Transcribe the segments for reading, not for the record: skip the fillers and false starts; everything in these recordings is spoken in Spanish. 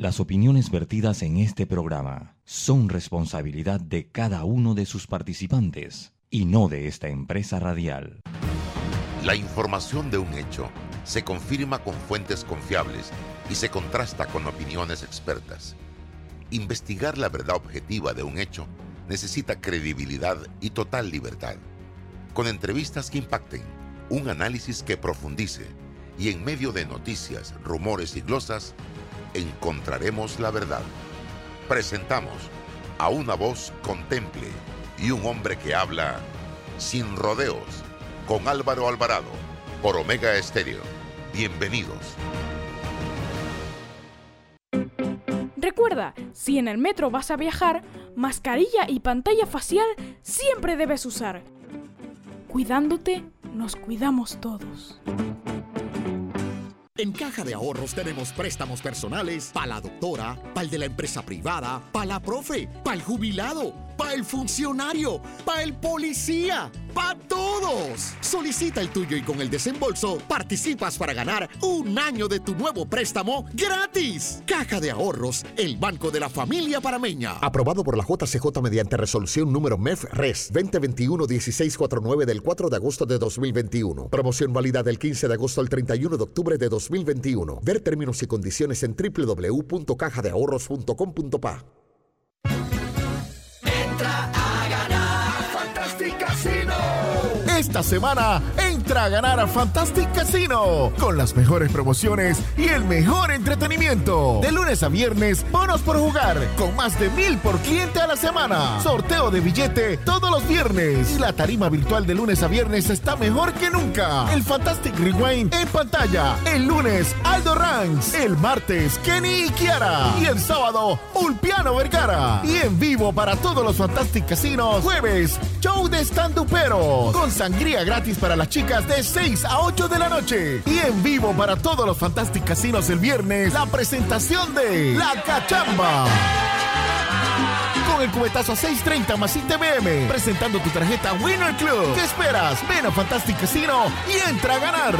Las opiniones vertidas en este programa son responsabilidad de cada uno de sus participantes y no de esta empresa radial. La información de un hecho se confirma con fuentes confiables y se contrasta con opiniones expertas. Investigar la verdad objetiva de un hecho necesita credibilidad y total libertad. Con entrevistas que impacten, un análisis que profundice y en medio de noticias, rumores y glosas, encontraremos la verdad. Presentamos a una voz contemple y un hombre que habla sin rodeos, con Álvaro Alvarado, por Omega Estéreo. Bienvenidos. Recuerda, si en el metro vas a viajar, mascarilla y pantalla facial siempre debes usar. Cuidándote, nos cuidamos todos. En Caja de Ahorros tenemos préstamos personales para la doctora, para el de la empresa privada, para la profe, para el jubilado, para el funcionario, para el policía, para todos. Solicita el tuyo y con el desembolso participas para ganar un año de tu nuevo préstamo gratis. Caja de Ahorros, el banco de la familia panameña. Aprobado por la JCJ mediante resolución número MEF-RES 2021-1649 del 4 de agosto de 2021. Promoción válida del 15 de agosto al 31 de octubre de 2021. Ver términos y condiciones en www.cajadeahorros.com.pa. Entra a ganar Fantastic Casino. Esta semana entra a ganar a Fantastic Casino con las mejores promociones y el mejor entretenimiento. De lunes a viernes, bonos por jugar con más de 1,000 por cliente a la semana. Sorteo de billete todos los viernes. Y la tarima virtual de lunes a viernes está mejor que nunca. El Fantastic Rewind en pantalla. El lunes, Aldo Ranks. El martes, Kenny y Kiara. Y el sábado, Ulpiano Vergara. Y en vivo para todos los Fantastic Casinos, jueves, show de stand-uperos. Con sangría gratis para las chicas de 6 a 8 de la noche. Y en vivo para todos los Fantastic Casinos el viernes, la presentación de La Cachamba. Con el cubetazo a 6.30 más ITBM. Presentando tu tarjeta Winner Club. ¿Qué esperas? Ven a Fantastic Casino y entra a ganar.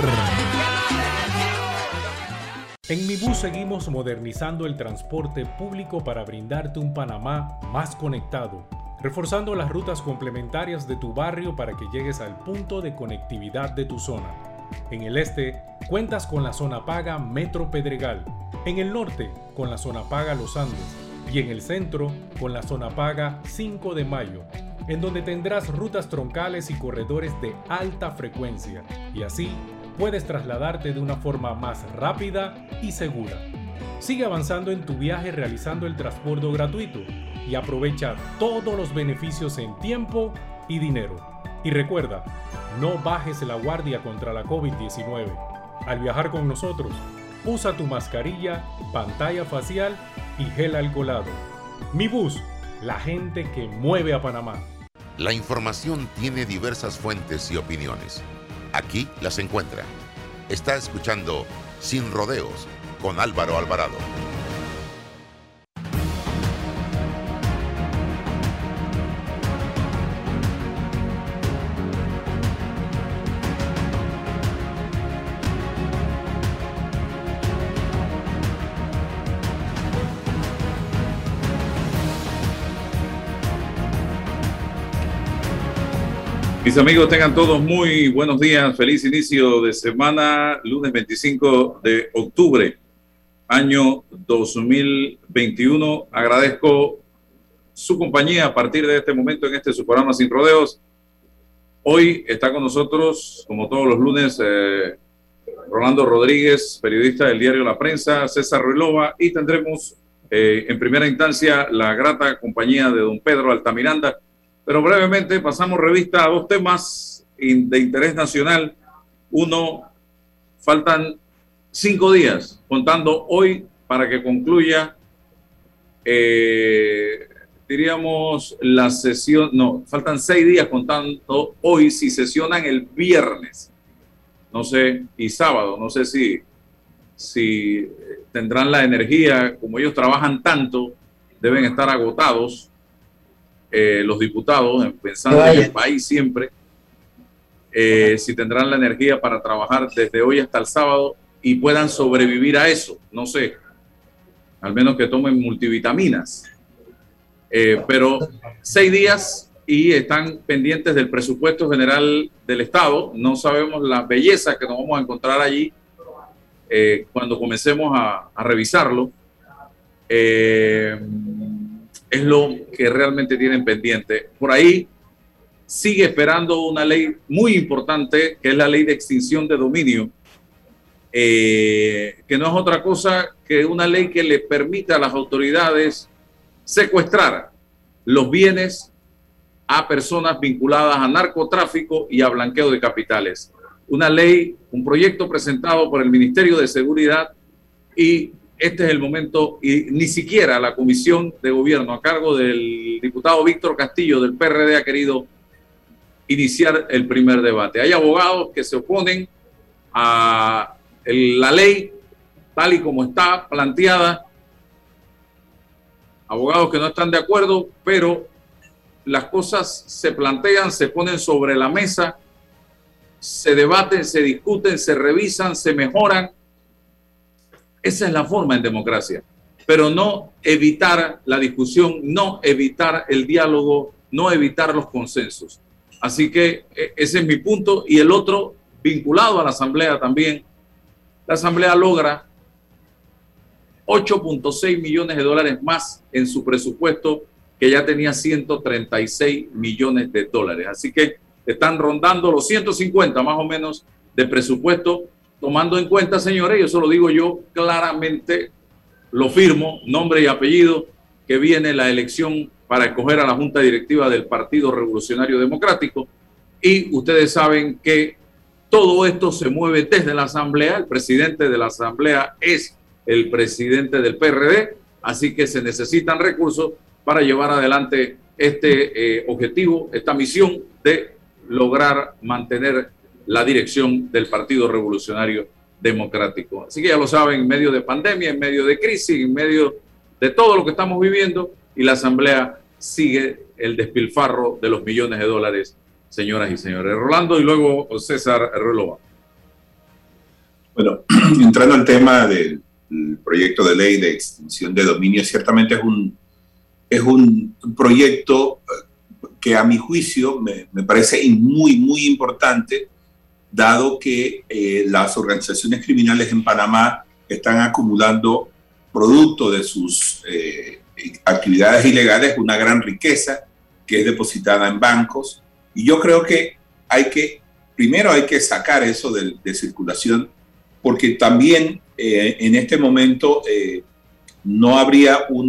En Mi Bus seguimos modernizando el transporte público para brindarte un Panamá más conectado, reforzando las rutas complementarias de tu barrio para que llegues al punto de conectividad de tu zona. En el este, cuentas con la zona paga Metro Pedregal, en el norte, con la zona paga Los Andes, y en el centro, con la zona paga 5 de Mayo, en donde tendrás rutas troncales y corredores de alta frecuencia, y así puedes trasladarte de una forma más rápida y segura. Sigue avanzando en tu viaje realizando el transbordo gratuito y aprovecha todos los beneficios en tiempo y dinero. Y recuerda, no bajes la guardia contra la COVID-19. Al viajar con nosotros, usa tu mascarilla, pantalla facial y gel alcoholado. Mi Bus, la gente que mueve a Panamá. La información tiene diversas fuentes y opiniones. Aquí las encuentra. Está escuchando Sin Rodeos con Álvaro Alvarado. Mis amigos, tengan todos muy buenos días, feliz inicio de semana, lunes 25 de octubre, año 2021. Agradezco su compañía a partir de este momento en este su programa Sin Rodeos. Hoy está con nosotros, como todos los lunes, Rolando Rodríguez, periodista del diario La Prensa, César Ruilova, y tendremos en primera instancia la grata compañía de don Pedro Altamiranda. Pero brevemente pasamos revista a dos temas de interés nacional. Uno, faltan 5 días, contando hoy para que concluya, diríamos, la sesión. No, faltan 6 días contando hoy si sesionan el viernes. No sé, y sábado, no sé si tendrán la energía, como ellos trabajan tanto, deben estar agotados. Los diputados, pensando en el país siempre, si tendrán la energía para trabajar desde hoy hasta el sábado y puedan sobrevivir a eso, no sé. al menos que tomen multivitaminas. Pero 6 días y están pendientes del presupuesto general del Estado. No sabemos la belleza que nos vamos a encontrar allí cuando comencemos a revisarlo. Es lo que realmente tienen pendiente. Por ahí sigue esperando una ley muy importante, que es la ley de extinción de dominio, que no es otra cosa que una ley que le permite a las autoridades secuestrar los bienes a personas vinculadas a narcotráfico y a blanqueo de capitales. Una ley, un proyecto presentado por el Ministerio de Seguridad, y este es el momento, y ni siquiera la Comisión de Gobierno a cargo del diputado Víctor Castillo del PRD ha querido iniciar el primer debate. Hay abogados que se oponen a la ley tal y como está planteada, abogados que no están de acuerdo, pero las cosas se plantean, se ponen sobre la mesa, se debaten, se discuten, se revisan, se mejoran. Esa es la forma en democracia, pero no evitar la discusión, no evitar el diálogo, no evitar los consensos. Así que ese es mi punto. Y el otro, vinculado a la Asamblea también, la Asamblea logra $8.6 millones más en su presupuesto, que ya tenía $136 millones. Así que están rondando los 150 más o menos de presupuesto, tomando en cuenta, señores, y eso lo digo yo claramente, lo firmo, nombre y apellido, que viene la elección para escoger a la Junta Directiva del Partido Revolucionario Democrático, y ustedes saben que todo esto se mueve desde la Asamblea. El presidente de la Asamblea es el presidente del PRD, así que se necesitan recursos para llevar adelante este objetivo, esta misión de lograr mantener la dirección del Partido Revolucionario Democrático. Así que ya lo saben, en medio de pandemia, en medio de crisis, en medio de todo lo que estamos viviendo, y la Asamblea sigue el despilfarro de los millones de dólares, señoras y señores. Rolando y luego César Relova. Bueno, entrando al tema del proyecto de ley de extinción de dominio, ciertamente es un proyecto que a mi juicio me parece muy, muy importante, dado que las organizaciones criminales en Panamá están acumulando producto de sus actividades ilegales una gran riqueza que es depositada en bancos, y yo creo que primero hay que sacar eso de circulación, porque también en este momento no habría un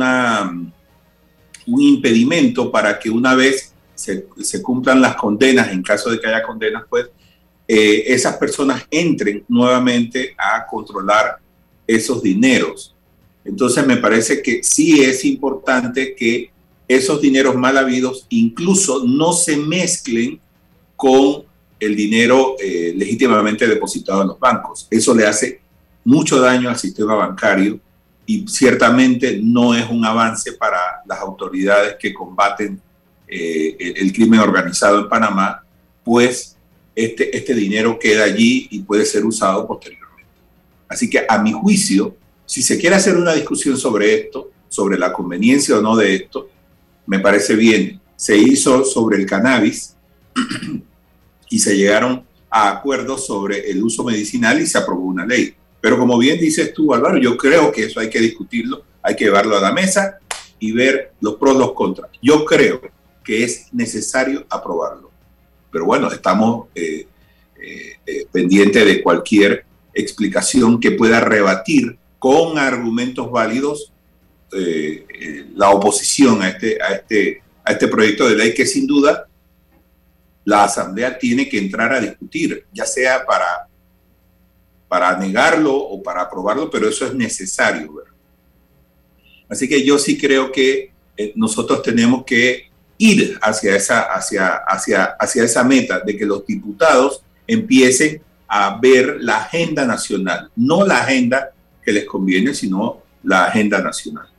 impedimento para que una vez se cumplan las condenas, en caso de que haya condenas, pues esas personas entren nuevamente a controlar esos dineros. Entonces me parece que sí es importante que esos dineros mal habidos incluso no se mezclen con el dinero legítimamente depositado en los bancos. Eso le hace mucho daño al sistema bancario y ciertamente no es un avance para las autoridades que combaten el crimen organizado en Panamá, pues este dinero queda allí y puede ser usado posteriormente. Así que a mi juicio, si se quiere hacer una discusión sobre esto, sobre la conveniencia o no de esto, me parece bien. Se hizo sobre el cannabis y se llegaron a acuerdos sobre el uso medicinal y se aprobó una ley. Pero como bien dices tú, Álvaro, yo creo que eso hay que discutirlo, hay que llevarlo a la mesa y ver los pros y los contras. Yo creo que es necesario aprobarlo. Pero bueno, estamos pendientes de cualquier explicación que pueda rebatir con argumentos válidos la oposición a este proyecto de ley, que sin duda la Asamblea tiene que entrar a discutir, ya sea para negarlo o para aprobarlo, pero eso es necesario, ¿verdad? Así que yo sí creo que nosotros tenemos que ir hacia esa meta de que los diputados empiecen a ver la agenda nacional, no la agenda que les conviene, sino la agenda nacional.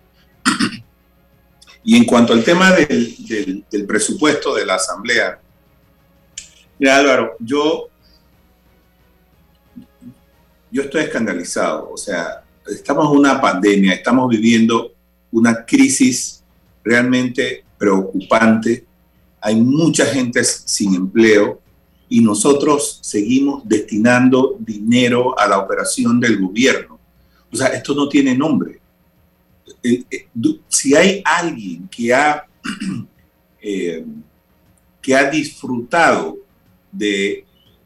Y en cuanto al tema del presupuesto de la Asamblea, mira, Álvaro, yo estoy escandalizado. O sea, estamos en una pandemia, estamos viviendo una crisis realmente preocupante. Hay mucha gente sin empleo y nosotros seguimos destinando dinero a la operación del gobierno. O sea, esto no tiene nombre. Si hay alguien que ha disfrutado de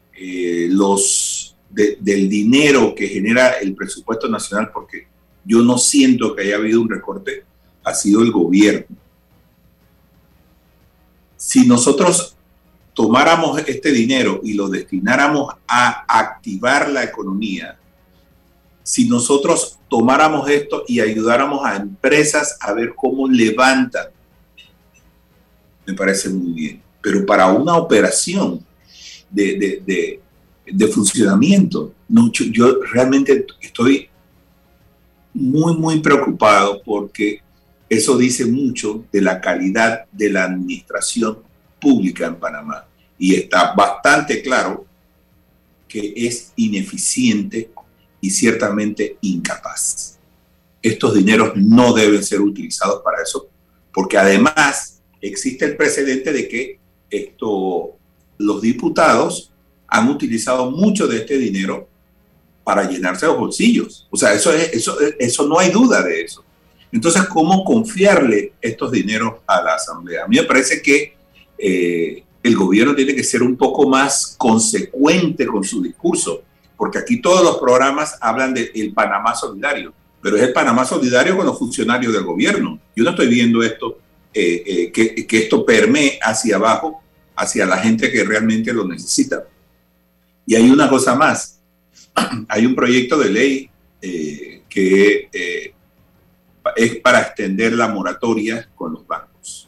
del dinero que genera el presupuesto nacional, porque yo no siento que haya habido un recorte, ha sido el gobierno. Si nosotros tomáramos este dinero y lo destináramos a activar la economía, si nosotros tomáramos esto y ayudáramos a empresas a ver cómo levantan, me parece muy bien. Pero para una operación de funcionamiento, no, yo realmente estoy muy, muy preocupado porque eso dice mucho de la calidad de la administración pública en Panamá. Y está bastante claro que es ineficiente y ciertamente incapaz. Estos dineros no deben ser utilizados para eso, porque además existe el precedente de que los diputados han utilizado mucho de este dinero para llenarse los bolsillos. O sea, eso no hay duda de eso. Entonces, ¿cómo confiarle estos dineros a la Asamblea? A mí me parece que el gobierno tiene que ser un poco más consecuente con su discurso, porque aquí todos los programas hablan del Panamá solidario, pero es el Panamá solidario con los funcionarios del gobierno. Yo no estoy viendo esto, que esto permee hacia abajo, hacia la gente que realmente lo necesita. Y hay una cosa más. Hay un proyecto de ley que es para extender la moratoria con los bancos.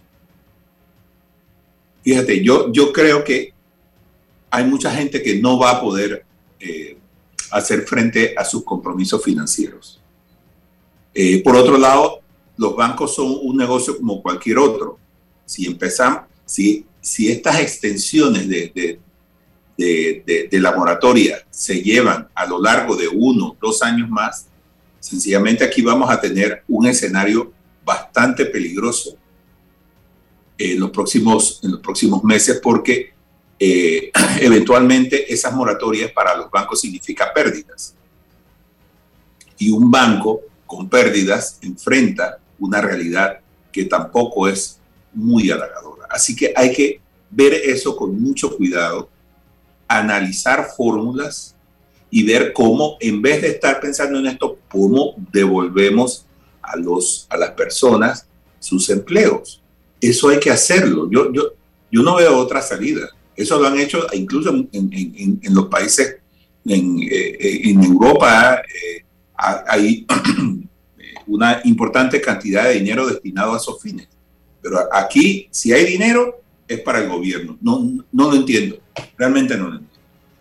Fíjate, yo creo que hay mucha gente que no va a poder hacer frente a sus compromisos financieros. Por otro lado, los bancos son un negocio como cualquier otro. Si estas extensiones de la moratoria se llevan a lo largo de 1 o 2 años más, sencillamente aquí vamos a tener un escenario bastante peligroso en los próximos meses, porque eventualmente esas moratorias para los bancos significa pérdidas. Y un banco con pérdidas enfrenta una realidad que tampoco es muy halagadora. Así que hay que ver eso con mucho cuidado, analizar fórmulas y ver cómo, en vez de estar pensando en esto, cómo devolvemos a las personas sus empleos. Eso hay que hacerlo. Yo no veo otra salida. Eso lo han hecho incluso en los países, en Europa. Hay una importante cantidad de dinero destinado a esos fines. Pero aquí, si hay dinero, es para el gobierno. No lo entiendo. Realmente no lo entiendo.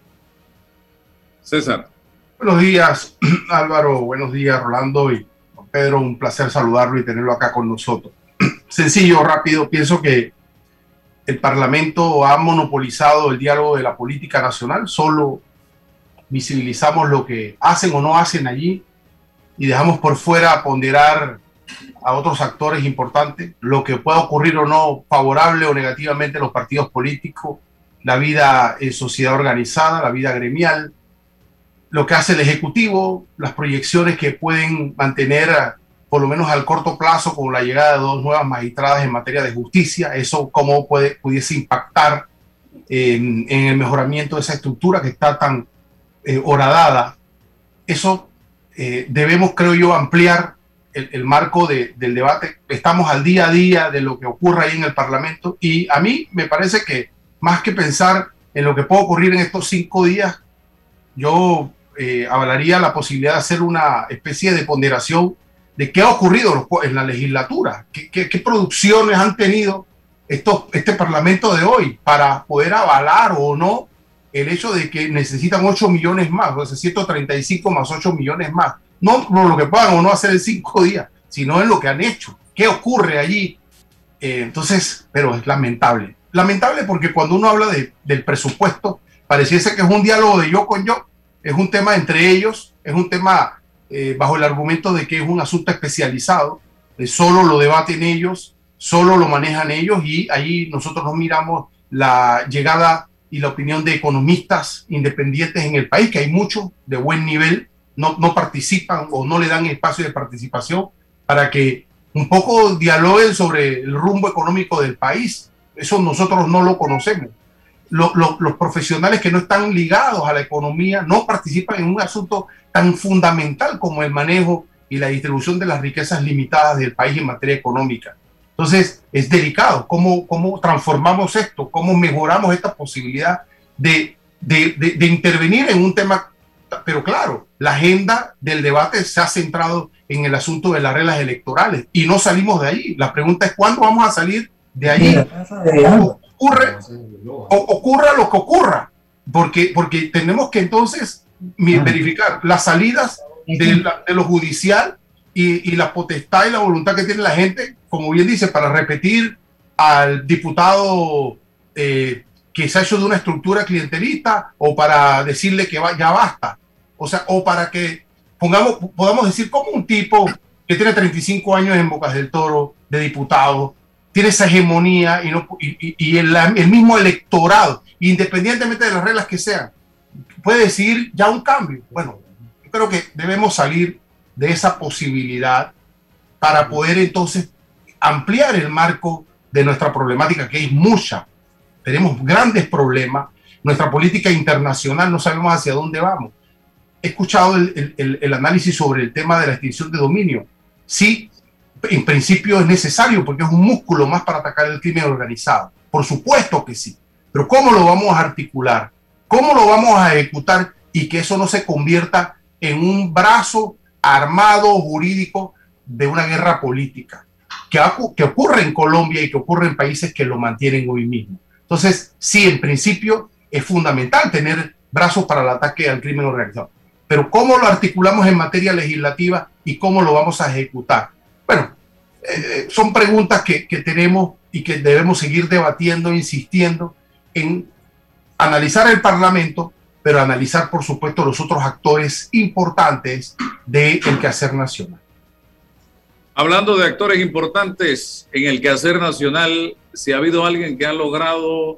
César. Buenos días, Álvaro. Buenos días, Rolando y Pedro. Un placer saludarlo y tenerlo acá con nosotros. Sencillo, rápido. Pienso que el Parlamento ha monopolizado el diálogo de la política nacional. Solo visibilizamos lo que hacen o no hacen allí y dejamos por fuera ponderar a otros actores importantes, lo que pueda ocurrir o no favorable o negativamente a los partidos políticos, la vida en sociedad organizada, la vida gremial, lo que hace el Ejecutivo, las proyecciones que pueden mantener, por lo menos al corto plazo, con la llegada de 2 nuevas magistradas en materia de justicia, eso cómo pudiese impactar en el mejoramiento de esa estructura que está tan horadada. Eso debemos, creo yo, ampliar el marco del debate. Estamos al día a día de lo que ocurre ahí en el Parlamento y a mí me parece que más que pensar en lo que puede ocurrir en estos 5 días, yo avalaría la posibilidad de hacer una especie de ponderación de qué ha ocurrido en la legislatura, qué producciones han tenido este Parlamento de hoy para poder avalar o no el hecho de que necesitan 8 millones más, o sea, 135 más 8 millones más. No por lo que puedan o no hacer en 5 días, sino en lo que han hecho. ¿Qué ocurre allí? Entonces, pero es lamentable. Lamentable porque cuando uno habla del presupuesto, pareciese que es un diálogo de yo con yo. Es un tema entre ellos, es un tema bajo el argumento de que es un asunto especializado, solo lo debaten ellos, solo lo manejan ellos, y ahí nosotros no miramos la llegada y la opinión de economistas independientes en el país, que hay muchos de buen nivel, no participan o no le dan espacio de participación para que un poco dialoguen sobre el rumbo económico del país. Eso nosotros no lo conocemos. Los profesionales que no están ligados a la economía no participan en un asunto tan fundamental como el manejo y la distribución de las riquezas limitadas del país en materia económica. Entonces, es delicado cómo transformamos esto, cómo mejoramos esta posibilidad de intervenir en un tema. Pero claro, la agenda del debate se ha centrado en el asunto de las reglas electorales y no salimos de ahí. La pregunta es ¿cuándo vamos a salir de ahí? Ocurra lo que ocurra, porque tenemos que entonces verificar las salidas de lo judicial y la potestad y la voluntad que tiene la gente, como bien dice, para repetir al diputado que se ha hecho de una estructura clientelista, o para decirle que ya basta, o sea, o para que podamos decir como un tipo que tiene 35 años en Bocas del Toro de diputado tiene esa hegemonía y el mismo electorado, independientemente de las reglas que sean, puede decidir ya un cambio. Bueno, yo creo que debemos salir de esa posibilidad para poder entonces ampliar el marco de nuestra problemática, que es mucha. Tenemos grandes problemas. Nuestra política internacional no sabemos hacia dónde vamos. He escuchado el análisis sobre el tema de la extinción de dominio. Sí, en principio es necesario porque es un músculo más para atacar el crimen organizado. Por supuesto que sí. Pero ¿cómo lo vamos a articular? ¿Cómo lo vamos a ejecutar y que eso no se convierta en un brazo armado jurídico de una guerra política que ocurre en Colombia y que ocurre en países que lo mantienen hoy mismo? Entonces, sí, en principio es fundamental tener brazos para el ataque al crimen organizado. Pero ¿cómo lo articulamos en materia legislativa y cómo lo vamos a ejecutar? Bueno, son preguntas que tenemos y que debemos seguir debatiendo, insistiendo en analizar el Parlamento, pero analizar, por supuesto, los otros actores importantes del quehacer nacional. Hablando de actores importantes en el quehacer nacional, si ha habido alguien que ha logrado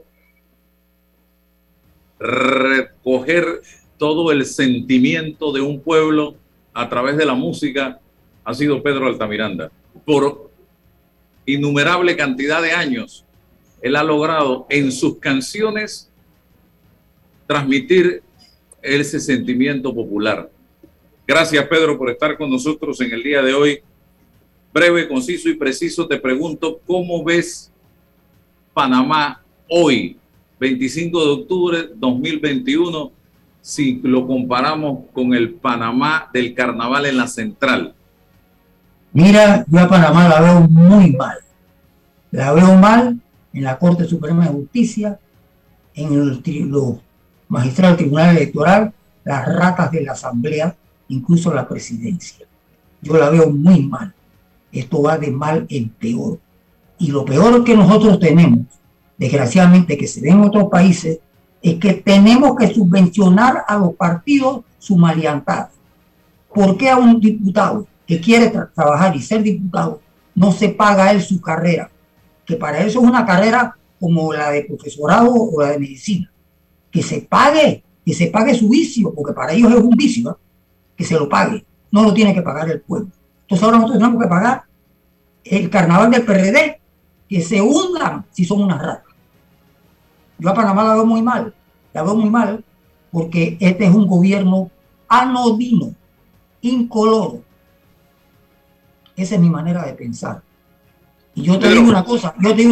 recoger todo el sentimiento de un pueblo a través de la música, ha sido Pedro Altamiranda. Por innumerable cantidad de años, él ha logrado en sus canciones transmitir ese sentimiento popular. Gracias, Pedro, por estar con nosotros en el día de hoy. Breve, conciso y preciso, te pregunto, ¿cómo ves Panamá hoy, 25 de octubre 2021, si lo comparamos con el Panamá del carnaval en la Central? Mira, yo a Panamá la veo muy mal. La veo mal en la Corte Suprema de Justicia, en los magistrados del Tribunal Electoral, las ratas de la Asamblea, incluso la presidencia. Yo la veo muy mal. Esto va de mal en peor. Y lo peor que nosotros tenemos, desgraciadamente que se ve en otros países, es que tenemos que subvencionar a los partidos su maleantad. ¿Por qué a un diputado que quiere trabajar y ser diputado no se paga él su carrera? Que para eso es una carrera como la de profesorado o la de medicina. Que se pague su vicio, porque para ellos es un vicio, ¿no? Que se lo pague, no lo tiene que pagar el pueblo. Entonces ahora nosotros tenemos que pagar el carnaval del PRD, que se hundan si son unas ratas. Yo a Panamá la veo muy mal porque este es un gobierno anodino, incoloro. Esa es mi manera de pensar. Y yo te digo una cosa,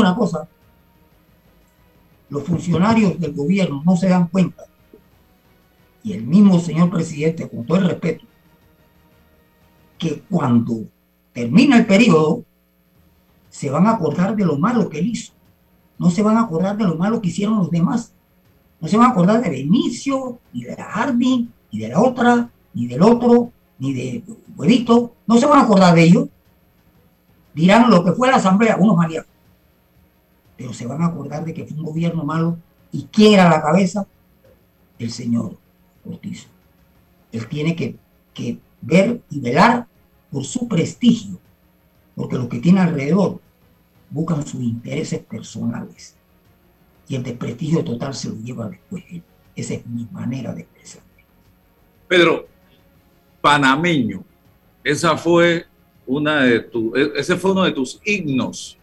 los funcionarios del gobierno no se dan cuenta, y el mismo señor presidente, con todo el respeto, que cuando termina el periodo se van a acordar de lo malo que él hizo. No se van a acordar de lo malo que hicieron los demás. No se van a acordar de Benicio, ni de la Harding, ni de la otra, ni del otro, ni de Huevito. No se van a acordar de ellos. Dirán lo que fue la Asamblea, unos maníacos. Pero se van a acordar de que fue un gobierno malo. ¿Y quién era la cabeza? El señor Cortizo. Él tiene que ver y velar por su prestigio, porque los que tienen alrededor buscan sus intereses personales y el desprestigio total se lo lleva después él. Esa es mi manera de expresarme. Pedro, panameño, ese fue uno de tus himnos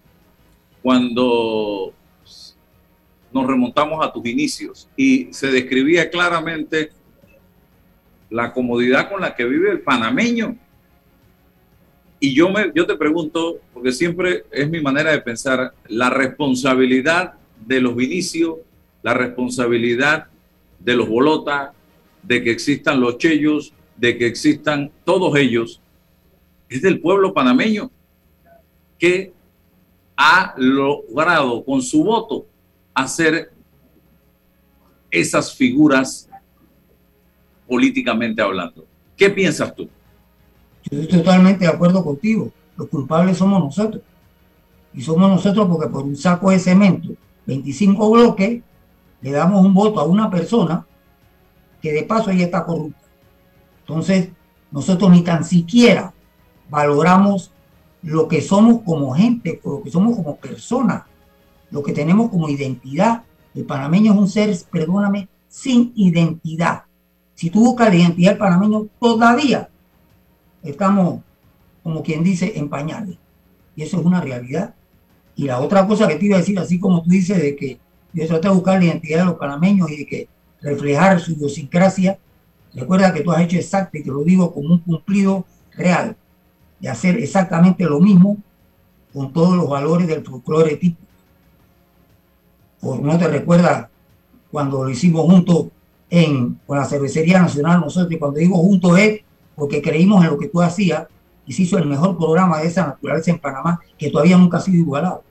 cuando nos remontamos a tus inicios y se describía claramente la comodidad con la que vive el panameño. Y yo te pregunto, porque siempre es mi manera de pensar, la responsabilidad de los Vinicius, la responsabilidad de los Bolota, de que existan los Cheyos, de que existan todos ellos, es del pueblo panameño que ha logrado con su voto hacer esas figuras políticamente hablando. ¿Qué piensas tú? Yo estoy totalmente de acuerdo contigo. Los culpables somos nosotros. Y somos nosotros porque por un saco de cemento, 25 bloques, le damos un voto a una persona que de paso ya está corrupta. Entonces, nosotros ni tan siquiera valoramos lo que somos como gente, lo que somos como personas, lo que tenemos como identidad. El panameño es un ser, perdóname, sin identidad. Si tú buscas la identidad del panameño, todavía estamos, como quien dice, en pañales. Y eso es una realidad. Y la otra cosa que te iba a decir, así como tú dices, de que yo traté de buscar la identidad de los panameños y de que reflejar su idiosincrasia, recuerda que tú has hecho exacto, y te lo digo como un cumplido real, de hacer exactamente lo mismo con todos los valores del folclore típico. ¿No te recuerdas cuando lo hicimos juntos con la Cervecería Nacional? Nosotros, y cuando digo juntos es porque creímos en lo que tú hacías, y se hizo el mejor programa de esa naturaleza en Panamá, que todavía nunca ha sido igualado.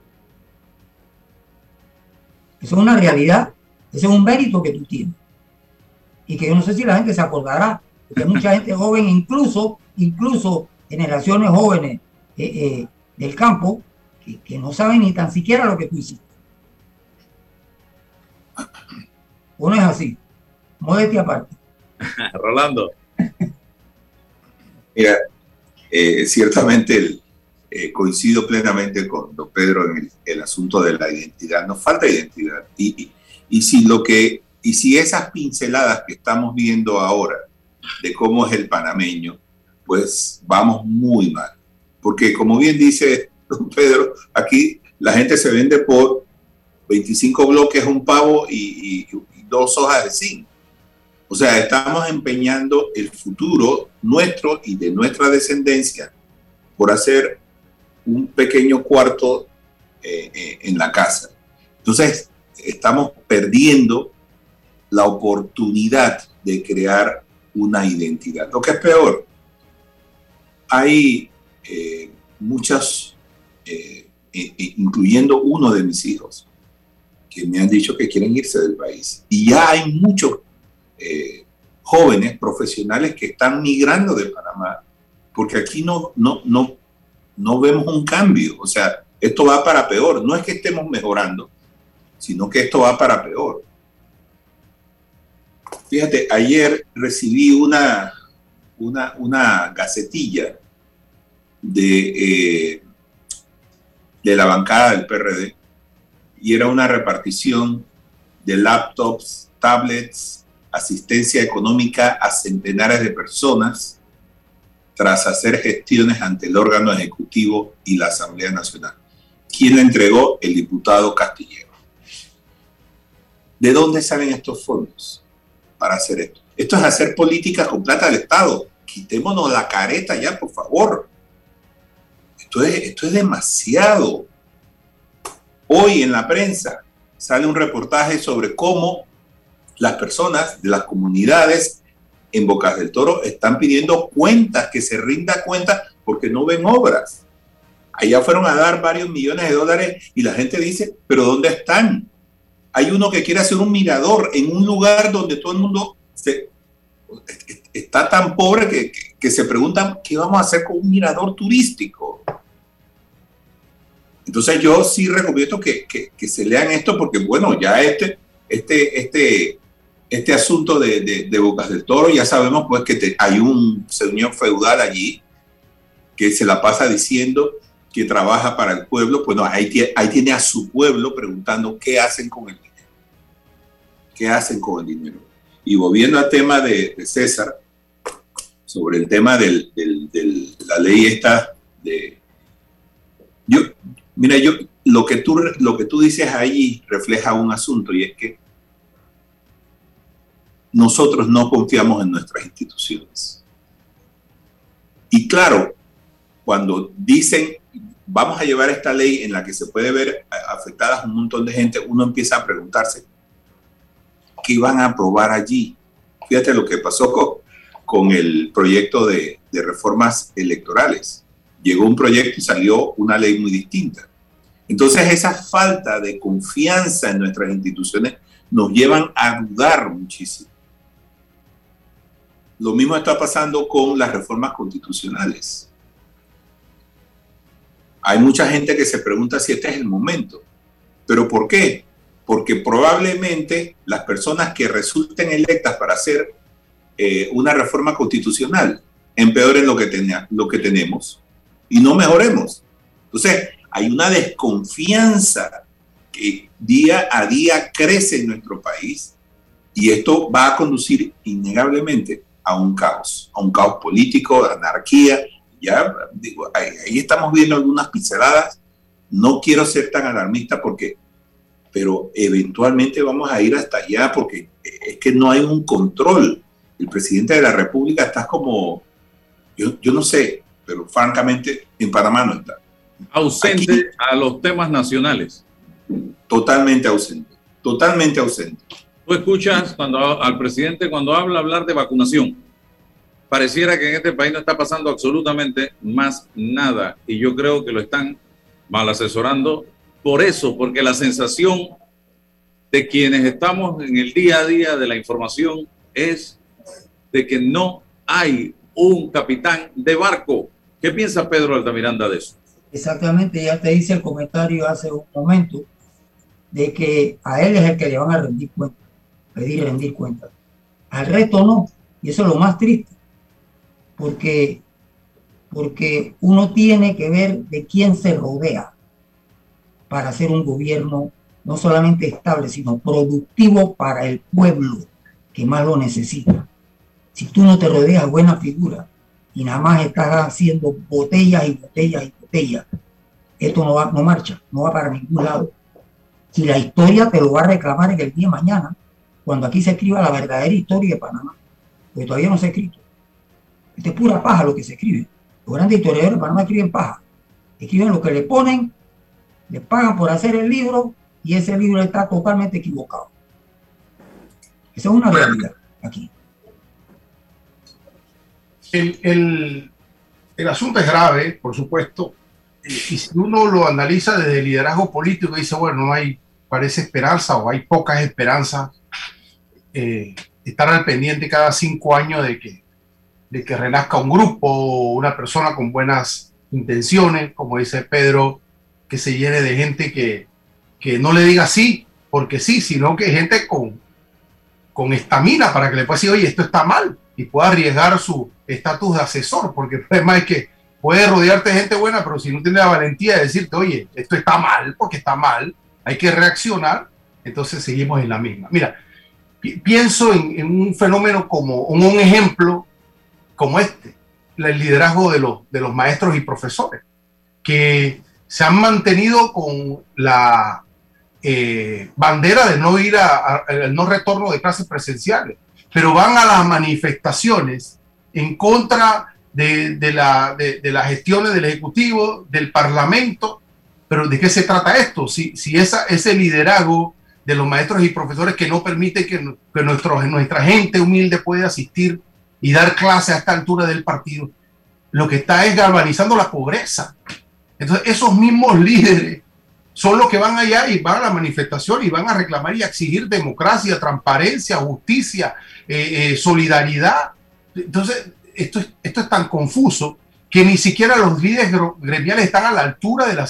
Eso es una realidad, ese es un mérito que tú tienes. Y que yo no sé si la gente se acordará, porque hay mucha gente joven, incluso generaciones jóvenes del campo, que no saben ni tan siquiera lo que tú hiciste. ¿O no es así? Modestia aparte. Rolando. Mira, ciertamente coincido plenamente con don Pedro en el asunto de la identidad. Nos falta identidad. Y si esas pinceladas que estamos viendo ahora de cómo es el panameño, pues vamos muy mal. Porque como bien dice don Pedro, aquí la gente se vende por 25 bloques, un pavo y 2 hojas de zinc. O sea, estamos empeñando el futuro nuestro y de nuestra descendencia por hacer un pequeño cuarto en la casa. Entonces, estamos perdiendo la oportunidad de crear una identidad. Lo que es peor, hay muchas, incluyendo uno de mis hijos, que me han dicho que quieren irse del país. Y ya hay muchos jóvenes profesionales que están migrando de Panamá, porque aquí no vemos un cambio. O sea, esto va para peor. No es que estemos mejorando, sino que esto va para peor. Fíjate, ayer recibí una gacetilla de la bancada del PRD, y era una repartición de laptops, tablets, asistencia económica a centenares de personas tras hacer gestiones ante el órgano ejecutivo y la Asamblea Nacional. ¿Quién la entregó? El diputado Castillejo. ¿De dónde salen estos fondos para hacer esto? Esto es hacer política con plata del Estado. Quitémonos la careta ya, por favor. Esto es demasiado. Hoy en la prensa sale un reportaje sobre cómo las personas de las comunidades en Bocas del Toro están pidiendo cuentas, que se rinda cuenta porque no ven obras. Allá fueron a dar varios millones de dólares y la gente dice, ¿pero dónde están? Hay uno que quiere hacer un mirador en un lugar donde todo el mundo está tan pobre que se preguntan, ¿qué vamos a hacer con un mirador turístico? Entonces yo sí recomiendo que se lean esto porque, bueno, ya este este asunto de Bocas del Toro, ya sabemos pues que hay un señor feudal allí que se la pasa diciendo que trabaja para el pueblo. Bueno, ahí tiene a su pueblo preguntando qué hacen con el dinero. ¿Qué hacen con el dinero? Y volviendo al tema de César, sobre el tema de la ley esta lo que tú dices ahí refleja un asunto, y es que nosotros no confiamos en nuestras instituciones. Y claro, cuando dicen vamos a llevar esta ley en la que se puede ver afectadas un montón de gente, uno empieza a preguntarse ¿qué van a aprobar allí? Fíjate lo que pasó con el proyecto de reformas electorales. Llegó un proyecto y salió una ley muy distinta. Entonces esa falta de confianza en nuestras instituciones nos llevan a dudar muchísimo. Lo mismo está pasando con las reformas constitucionales. Hay mucha gente que se pregunta si este es el momento. ¿Pero por qué? Porque probablemente las personas que resulten electas para hacer una reforma constitucional empeoren lo que tenemos y no mejoremos. Entonces, hay una desconfianza que día a día crece en nuestro país, y esto va a conducir innegablemente a un caos político, de anarquía. Ya digo, ahí estamos viendo algunas pinceladas. No quiero ser tan alarmista pero eventualmente vamos a ir hasta allá, porque es que no hay un control. El presidente de la República está como, yo no sé, pero francamente en Panamá no está. Ausente aquí, a los temas nacionales. Totalmente ausente. Tú escuchas al presidente cuando hablar de vacunación. Pareciera que en este país no está pasando absolutamente más nada, y yo creo que lo están mal asesorando por eso, porque la sensación de quienes estamos en el día a día de la información es de que no hay un capitán de barco. ¿Qué piensa Pedro Altamiranda de eso? Exactamente, ya te hice el comentario hace un momento de que a él es el que le van a rendir cuenta. Al resto no, y eso es lo más triste, porque uno tiene que ver de quién se rodea para hacer un gobierno no solamente estable, sino productivo para el pueblo que más lo necesita. Si tú no te rodeas de buena figura y nada más estás haciendo botellas y botellas y botellas, esto no marcha, no va para ningún lado. Y la historia te lo va a reclamar en el día de mañana, cuando aquí se escriba la verdadera historia de Panamá, porque todavía no se ha escrito. Esto es pura paja lo que se escribe. Los grandes historiadores de Panamá escriben paja. Escriben lo que le ponen, le pagan por hacer el libro, y ese libro está totalmente equivocado. Esa es una realidad aquí. El asunto es grave, por supuesto, y si uno lo analiza desde el liderazgo político, dice, bueno, no hay, parece esperanza, o hay pocas esperanzas, estar al pendiente cada 5 años de que renazca un grupo o una persona con buenas intenciones, como dice Pedro, que se llene de gente que no le diga sí, porque sí, sino que gente con estamina para que le pueda decir, oye, esto está mal, y pueda arriesgar su estatus de asesor, porque el problema es que puedes rodearte de gente buena, pero si no tienes la valentía de decirte, oye, esto está mal, porque está mal, hay que reaccionar, entonces seguimos en la misma. Mira, pienso en un fenómeno como un ejemplo como este, el liderazgo de los maestros y profesores, que se han mantenido con la bandera de no ir al no retorno de clases presenciales, pero van a las manifestaciones en contra de las gestiones del Ejecutivo, del Parlamento. Pero ¿de qué se trata esto? Si ese liderazgo de los maestros y profesores que no permite que nuestra gente humilde pueda asistir y dar clase a esta altura del partido, lo que está es galvanizando la pobreza. Entonces esos mismos líderes son los que van allá y van a la manifestación y van a reclamar y a exigir democracia, transparencia, justicia, solidaridad. Entonces esto es tan confuso que ni siquiera los líderes gremiales están a la altura de las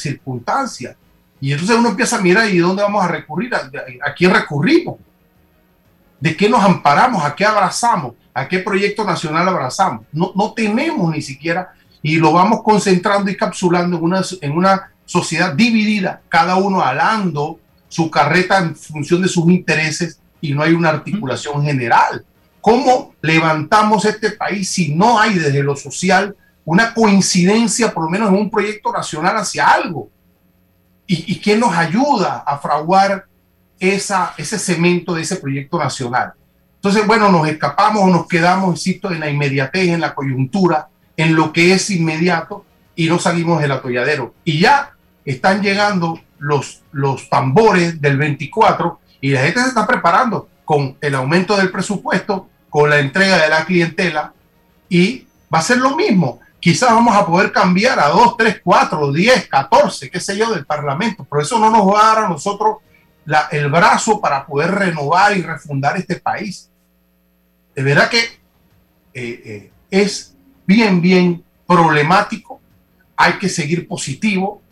circunstancias. Y entonces uno empieza a mirar, ¿y dónde vamos a recurrir? ¿A quién recurrimos? ¿De qué nos amparamos? ¿A qué abrazamos? ¿A qué proyecto nacional abrazamos? No tenemos ni siquiera, y lo vamos concentrando y capsulando en una sociedad dividida, cada uno alando su carreta en función de sus intereses y no hay una articulación general. ¿Cómo levantamos este país si no hay desde lo social una coincidencia, por lo menos en un proyecto nacional hacia algo? ¿Y quién nos ayuda a fraguar ese cemento de ese proyecto nacional? Entonces, bueno, nos escapamos o nos quedamos, insisto, en la inmediatez, en la coyuntura, en lo que es inmediato y no salimos del atolladero. Y ya están llegando los tambores del 24 y la gente se está preparando con el aumento del presupuesto, con la entrega de la clientela y va a ser lo mismo. Quizás vamos a poder cambiar a 2, 3, 4, 10, 14, qué sé yo, del Parlamento, pero eso no nos va a dar a nosotros el brazo para poder renovar y refundar este país. De verdad que es bien problemático, hay que seguir positivo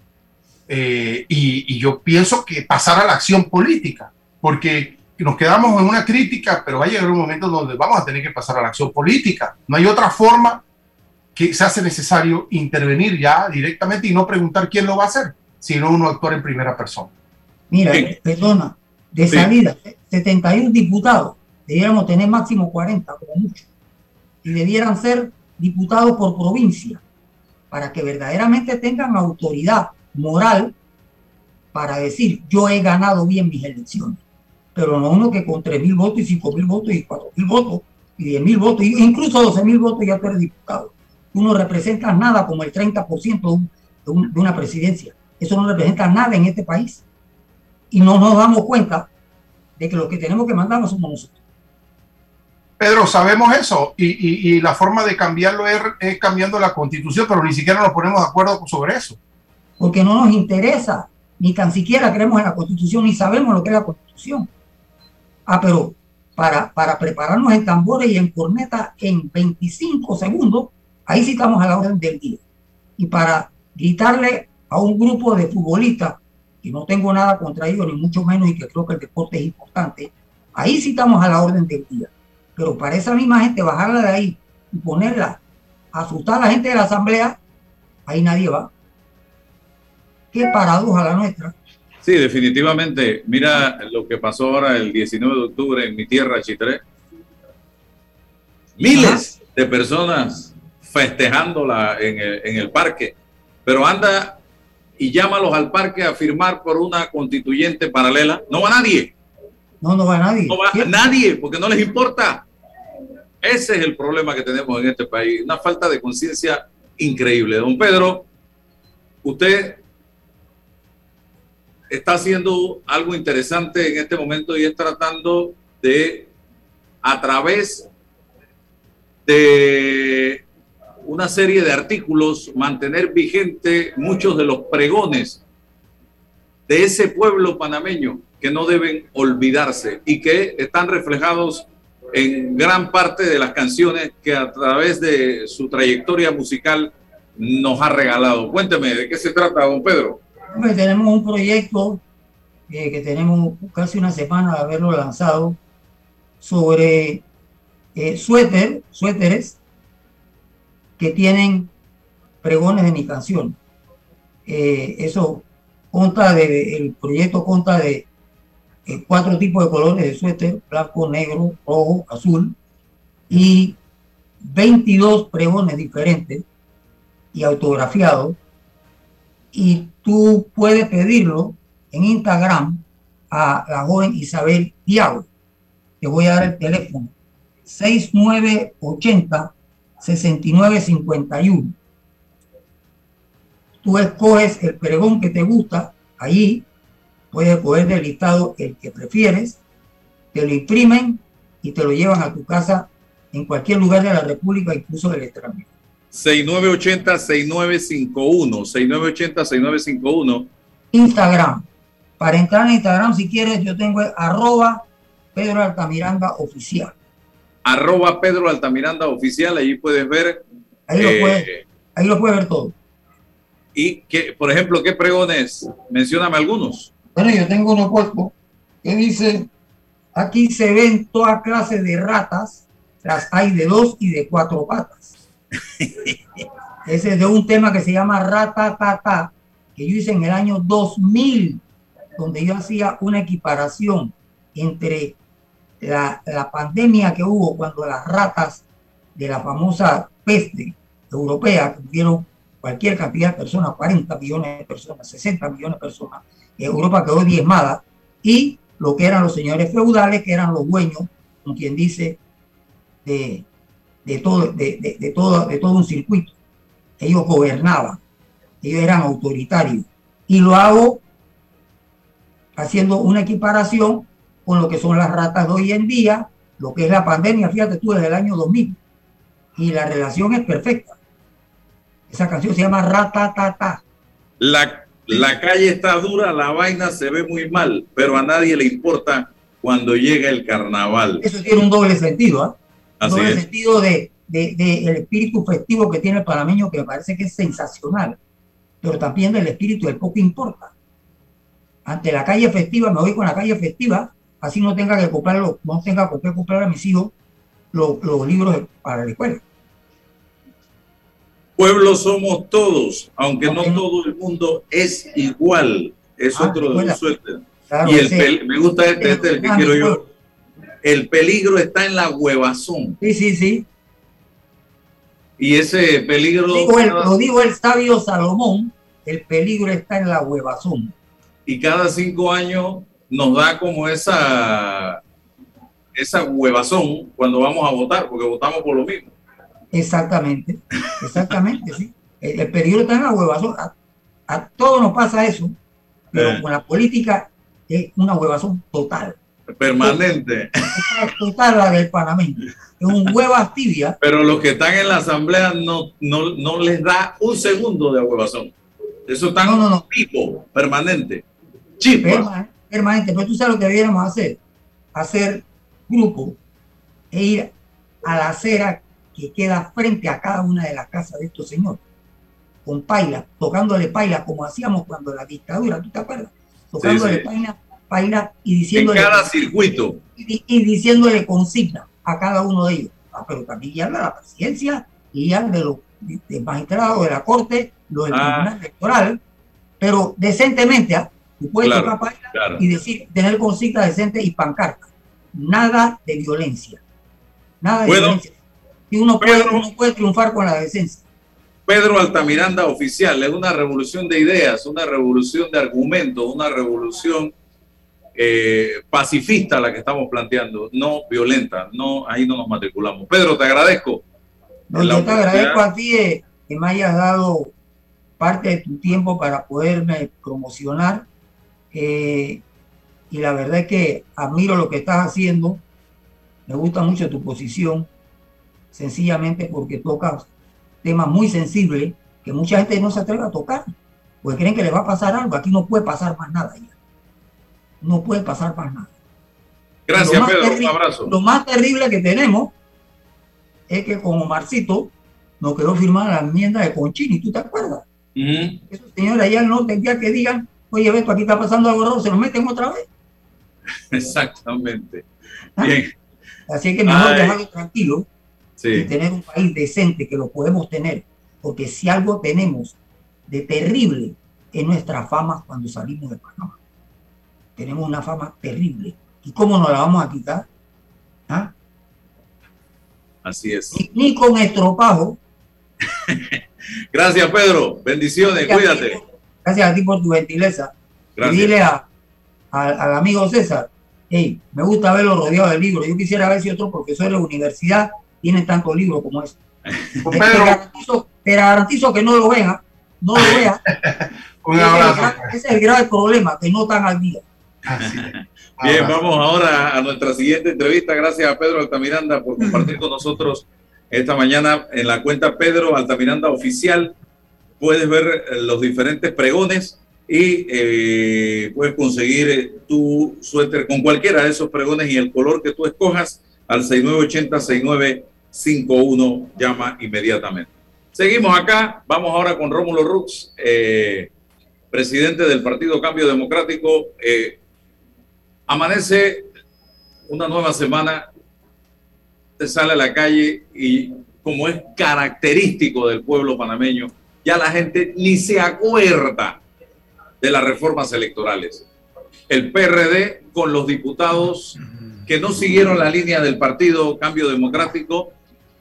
y yo pienso que pasar a la acción política, porque nos quedamos en una crítica, pero va a llegar un momento donde vamos a tener que pasar a la acción política. No hay otra forma, que se hace necesario intervenir ya directamente y no preguntar quién lo va a hacer, sino uno actuar en primera persona. Mira, perdona, de salida, 71 diputados, debiéramos tener máximo 40 como mucho, y debieran ser diputados por provincia, para que verdaderamente tengan autoridad moral para decir, yo he ganado bien mis elecciones, pero no uno que con 3.000 votos y 5.000 votos y 4.000 votos y 10.000 votos, incluso 12.000 votos ya tú eres diputado. Tú no representas nada como el 30% de una presidencia. Eso no representa nada en este país. Y no nos damos cuenta de que los que tenemos que mandar no somos nosotros. Pedro, sabemos eso y la forma de cambiarlo es cambiando la Constitución, pero ni siquiera nos ponemos de acuerdo sobre eso. Porque no nos interesa, ni tan siquiera creemos en la Constitución, ni sabemos lo que es la Constitución. Pero para prepararnos en tambores y en cornetas en 25 segundos, ahí sí estamos a la orden del día. Y para gritarle a un grupo de futbolistas, que no tengo nada contra ellos, ni mucho menos, y que creo que el deporte es importante, ahí sí estamos a la orden del día. Pero para esa misma gente, bajarla de ahí y ponerla, asustar a la gente de la asamblea, ahí nadie va. Qué paradoja la nuestra. Sí, definitivamente. Mira lo que pasó ahora el 19 de octubre en mi tierra, Chitré. Miles de personas festejándola en el parque, pero anda y llámalos al parque a firmar por una constituyente paralela. No va nadie. No va nadie. No va nadie porque no les importa. Ese es el problema que tenemos en este país. Una falta de conciencia increíble. Don Pedro, usted está haciendo algo interesante en este momento y es tratando de, a través de una serie de artículos, mantener vigente muchos de los pregones de ese pueblo panameño que no deben olvidarse y que están reflejados en gran parte de las canciones que a través de su trayectoria musical nos ha regalado. Cuénteme, ¿de qué se trata, don Pedro? Tenemos un proyecto que tenemos casi una semana de haberlo lanzado sobre suéteres que tienen pregones de mi canción. Eso el proyecto consta de 4 tipos de colores de suéter: blanco, negro, rojo, azul, y 22 pregones diferentes y autografiados. Y tú puedes pedirlo en Instagram a la joven Isabel Diago. Te voy a dar el teléfono: 6980-6951. Tú escoges el pregón que te gusta, allí puedes escoger del listado el que prefieres, te lo imprimen y te lo llevan a tu casa en cualquier lugar de la República, incluso del extranjero. 6980-6951, 6980-6951. Instagram. Para entrar en Instagram, si quieres, yo tengo @Pedro Altamiranda Oficial. @Pedro Altamiranda Oficial, allí puedes ver. Ahí lo puedes ver todo. Y, por ejemplo, ¿qué pregones? Mencióname algunos. Bueno, yo tengo uno puesto que dice: Aquí se ven toda clase de ratas, las hay de 2 y de 4 patas. Ese es de un tema que se llama Ratatata, que yo hice en el año 2000, donde yo hacía una equiparación entre la pandemia que hubo cuando las ratas de la famosa peste europea, que tuvieron cualquier cantidad de personas, 40 millones de personas, 60 millones de personas, Europa quedó diezmada, y lo que eran los señores feudales, que eran los dueños, como quien dice, de todo un circuito. Ellos gobernaban, ellos eran autoritarios. Y lo hago haciendo una equiparación con lo que son las ratas de hoy en día, lo que es la pandemia, fíjate tú, desde el año 2000. Y la relación es perfecta. Esa canción se llama Ratatata. La calle está dura, la vaina se ve muy mal, pero a nadie le importa cuando llega el carnaval. Eso tiene un doble sentido, ¿eh? Así doble es. sentido de el espíritu festivo que tiene el panameño, que me parece que es sensacional, pero también del espíritu del poco importa. Ante la calle festiva, me voy con la calle festiva, así no tenga que comprarlo, no tenga con qué comprar a mis hijos los libros para la escuela. Pueblo somos todos, aunque no todo el mundo es igual. Es otro de los sueltes. Claro, y me gusta este es el que quiero yo. El peligro está en la huevazón. Sí. Y ese peligro... Lo digo el sabio Salomón, el peligro está en la huevazón. Y cada 5 años nos da como esa huevazón cuando vamos a votar, porque votamos por lo mismo. Exactamente, sí. El peligro está en la huevazón. A todos nos pasa eso, pero con la política es una huevazón total. Permanente. Total la del panameño. Es un huevas tibia. Pero los que están en la asamblea no les da un segundo de huevazón. Eso está tipo, permanente. Chispas. Permanente. Pero tú sabes lo que debiéramos hacer. Hacer grupo e ir a la acera que queda frente a cada una de las casas de estos señores, con paila, tocándole paila, como hacíamos cuando la dictadura, ¿tú te acuerdas? Tocándole paila y diciéndole... En cada circuito. Y diciéndole consigna a cada uno de ellos. Pero también ya de la presidencia y ya de los magistrados de la corte, los del tribunal electoral, pero decentemente, tú puedes tocar paila y decir, tener consigna decente y pancarta. Nada de violencia. Nada de violencia. Y uno puede triunfar con la decencia. Pedro Altamiranda oficial, es una revolución de ideas, una revolución de argumentos, una revolución pacifista la que estamos planteando, no violenta, ahí no nos matriculamos. Pedro, te agradezco. Yo te agradezco a ti que me hayas dado parte de tu tiempo para poderme promocionar, y la verdad es que admiro lo que estás haciendo, me gusta mucho tu posición, sencillamente porque tocas temas muy sensibles que mucha gente no se atreve a tocar, porque creen que les va a pasar algo. Aquí no puede pasar más nada ya. No puede pasar más nada. Gracias, Pedro. Un abrazo. Lo más terrible que tenemos es que con Omarcito nos quedó firmada la enmienda de Conchini, ¿tú te acuerdas? Esos señores allá al norte, ya que digan, oye, Beto, aquí está pasando algo raro, se nos meten otra vez. Exactamente. Bien. Así que mejor dejarlo tranquilo. Y tener un país decente, que lo podemos tener, porque si algo tenemos de terrible es nuestra fama cuando salimos de Panamá. Tenemos una fama terrible. ¿Y cómo nos la vamos a quitar? Así es. Ni con estropajo. Gracias, Pedro. Bendiciones, cuídate. Gracias a ti por tu gentileza. Y dile al amigo César, hey, me gusta verlo rodeado de libros. Yo quisiera ver si otro profesor de la universidad tiene tantos libros como este. Te garantizo que no lo vea. No lo vea. Un abrazo. Ese es el grave problema, que no están al día. Bien, vamos ahora a nuestra siguiente entrevista. Gracias a Pedro Altamiranda por compartir con nosotros esta mañana en la cuenta Pedro Altamiranda Oficial. Puedes ver los diferentes pregones y puedes conseguir tu suéter con cualquiera de esos pregones y el color que tú escojas al 6980-6951. Llama inmediatamente. Seguimos acá. Vamos ahora con Rómulo Rux, presidente del Partido Cambio Democrático. Amanece una nueva semana, te sale a la calle y, como es característico del pueblo panameño, ya la gente ni se acuerda de las reformas electorales. El PRD con los diputados que no siguieron la línea del partido Cambio Democrático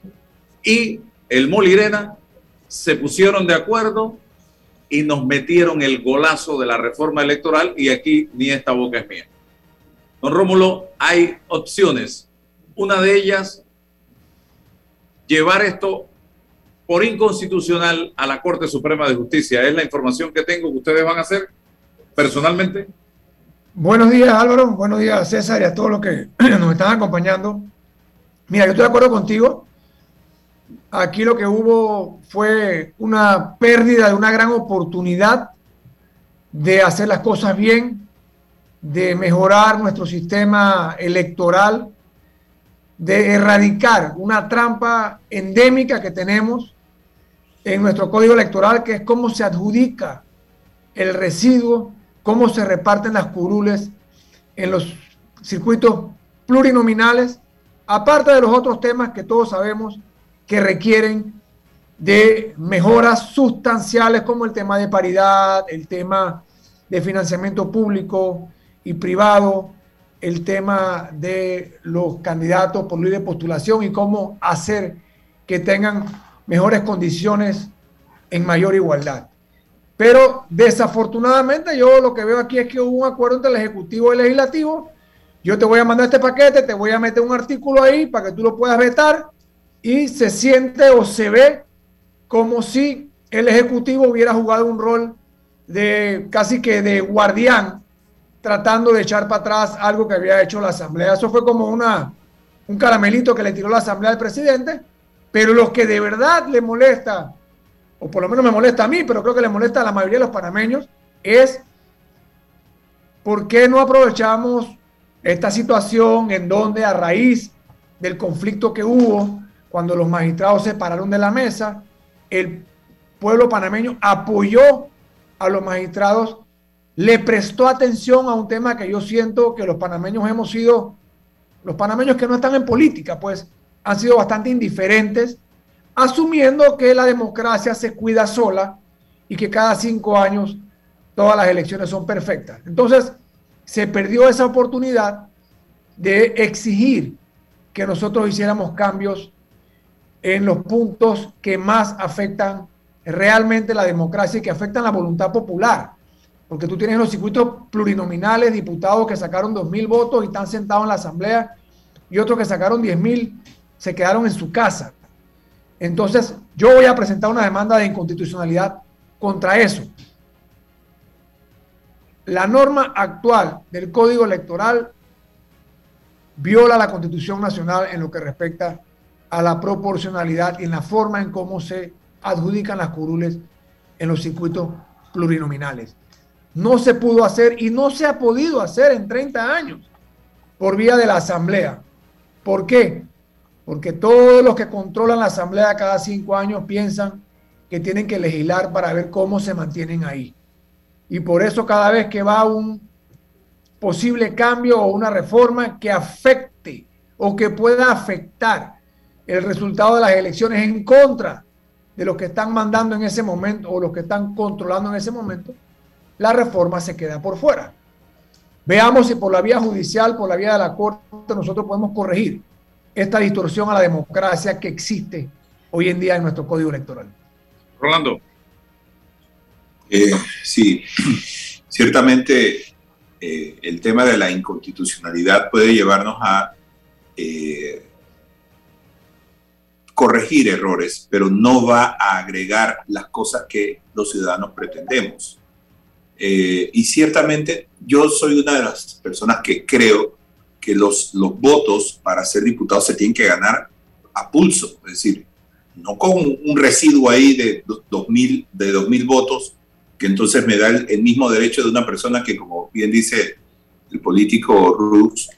y el Molirena se pusieron de acuerdo y nos metieron el golazo de la reforma electoral, y aquí ni esta boca es mía. Don Rómulo, hay opciones. Una de ellas, llevar esto por inconstitucional a la Corte Suprema de Justicia. Es la información que tengo que ustedes van a hacer personalmente. Buenos días, Álvaro. Buenos días, César, y a todos los que nos están acompañando. Mira, yo estoy de acuerdo contigo. Aquí lo que hubo fue una pérdida de una gran oportunidad de hacer las cosas bien, de mejorar nuestro sistema electoral, de erradicar una trampa endémica que tenemos en nuestro código electoral, que es cómo se adjudica el residuo, cómo se reparten las curules en los circuitos plurinominales, aparte de los otros temas que todos sabemos que requieren de mejoras sustanciales, como el tema de paridad, el tema de financiamiento público y privado, el tema de los candidatos por libre postulación y cómo hacer que tengan mejores condiciones en mayor igualdad. Pero desafortunadamente yo lo que veo aquí es que hubo un acuerdo entre el Ejecutivo y el Legislativo. Yo te voy a mandar este paquete, te voy a meter un artículo ahí para que tú lo puedas vetar, y se siente o se ve como si el Ejecutivo hubiera jugado un rol de casi que de guardián, tratando de echar para atrás algo que había hecho la Asamblea. Eso fue como un caramelito que le tiró la Asamblea al presidente, pero lo que de verdad le molesta, o por lo menos me molesta a mí, pero creo que le molesta a la mayoría de los panameños, es por qué no aprovechamos esta situación en donde, a raíz del conflicto que hubo, cuando los magistrados se pararon de la mesa, el pueblo panameño apoyó a los magistrados, le prestó atención a un tema que yo siento que los panameños hemos sido, los panameños que no están en política, pues han sido bastante indiferentes, asumiendo que la democracia se cuida sola y que cada 5 años todas las elecciones son perfectas. Entonces, se perdió esa oportunidad de exigir que nosotros hiciéramos cambios en los puntos que más afectan realmente la democracia y que afectan la voluntad popular. Porque tú tienes los circuitos plurinominales, diputados que sacaron 2.000 votos y están sentados en la Asamblea, y otros que sacaron 10.000 se quedaron en su casa. Entonces, yo voy a presentar una demanda de inconstitucionalidad contra eso. La norma actual del Código Electoral viola la Constitución Nacional en lo que respecta a la proporcionalidad y en la forma en cómo se adjudican las curules en los circuitos plurinominales. No se pudo hacer y no se ha podido hacer en 30 años por vía de la Asamblea. ¿Por qué? Porque todos los que controlan la Asamblea cada 5 años piensan que tienen que legislar para ver cómo se mantienen ahí. Y por eso cada vez que va un posible cambio o una reforma que afecte o que pueda afectar el resultado de las elecciones en contra de los que están mandando en ese momento o los que están controlando en ese momento, la reforma se queda por fuera. Veamos si por la vía judicial, por la vía de la Corte, nosotros podemos corregir esta distorsión a la democracia que existe hoy en día en nuestro Código Electoral. Rolando. Sí, ciertamente el tema de la inconstitucionalidad puede llevarnos a corregir errores, pero no va a agregar las cosas que los ciudadanos pretendemos. Y ciertamente yo soy una de las personas que creo que los votos para ser diputado se tienen que ganar a pulso, es decir, no con un residuo ahí de 2.000 votos, que entonces me da el mismo derecho de una persona que, como bien dice el político Rux,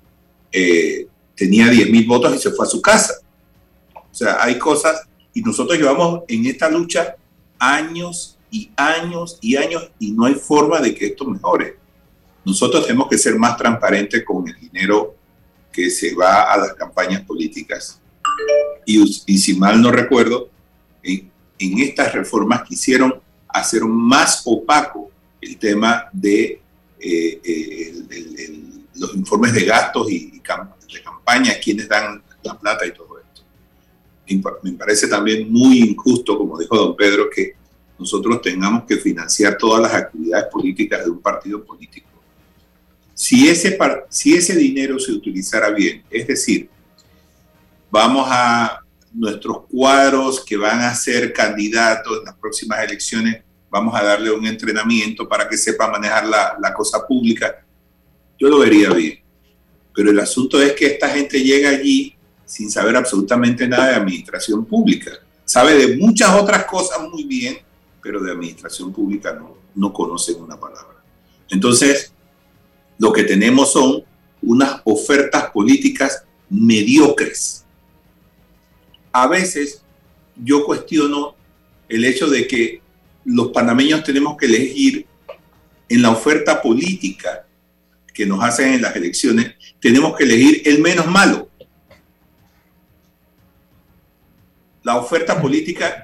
tenía 10.000 votos y se fue a su casa. O sea, hay cosas, y nosotros llevamos en esta lucha años y años y años, y no hay forma de que esto mejore. Nosotros tenemos que ser más transparentes con el dinero que se va a las campañas políticas. Y si mal no recuerdo, en estas reformas quisieron hacer más opaco el tema de los informes de gastos y de campaña, quienes dan la plata y todo esto. Me parece también muy injusto, como dijo don Pedro, que nosotros tengamos que financiar todas las actividades políticas de un partido político. Si ese dinero se utilizara bien, es decir, vamos a nuestros cuadros que van a ser candidatos en las próximas elecciones, vamos a darle un entrenamiento para que sepa manejar la cosa pública, yo lo vería bien. Pero el asunto es que esta gente llega allí sin saber absolutamente nada de administración pública. Sabe de muchas otras cosas muy bien, pero de administración pública no conocen una palabra. Entonces, lo que tenemos son unas ofertas políticas mediocres. A veces yo cuestiono el hecho de que los panameños tenemos que elegir en la oferta política que nos hacen en las elecciones, tenemos que elegir el menos malo. La oferta política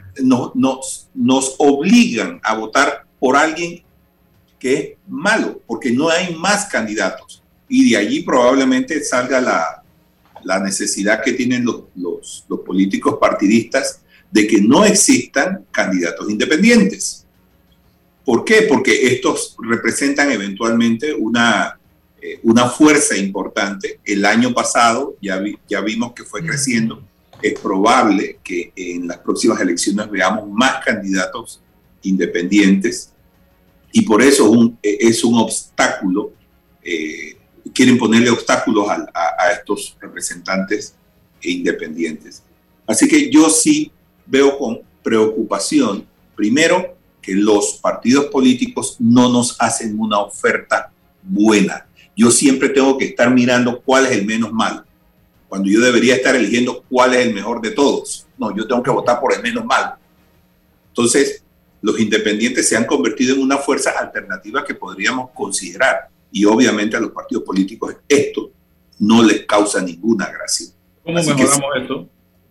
nos obligan a votar por alguien que es malo, porque no hay más candidatos. Y de allí probablemente salga la necesidad que tienen los políticos partidistas de que no existan candidatos independientes. ¿Por qué? Porque estos representan eventualmente una fuerza importante. El año pasado ya vimos que fue creciendo. Es probable que en las próximas elecciones veamos más candidatos independientes y por eso es un obstáculo. Quieren ponerle obstáculos a estos representantes independientes. Así que yo sí veo con preocupación, primero, que los partidos políticos no nos hacen una oferta buena. Yo siempre tengo que estar mirando cuál es el menos malo, cuando yo debería estar eligiendo cuál es el mejor de todos. No, yo tengo que votar por el menos malo. Entonces, los independientes se han convertido en una fuerza alternativa que podríamos considerar. Y obviamente a los partidos políticos esto no les causa ninguna gracia. ¿Cómo mejoramos esto?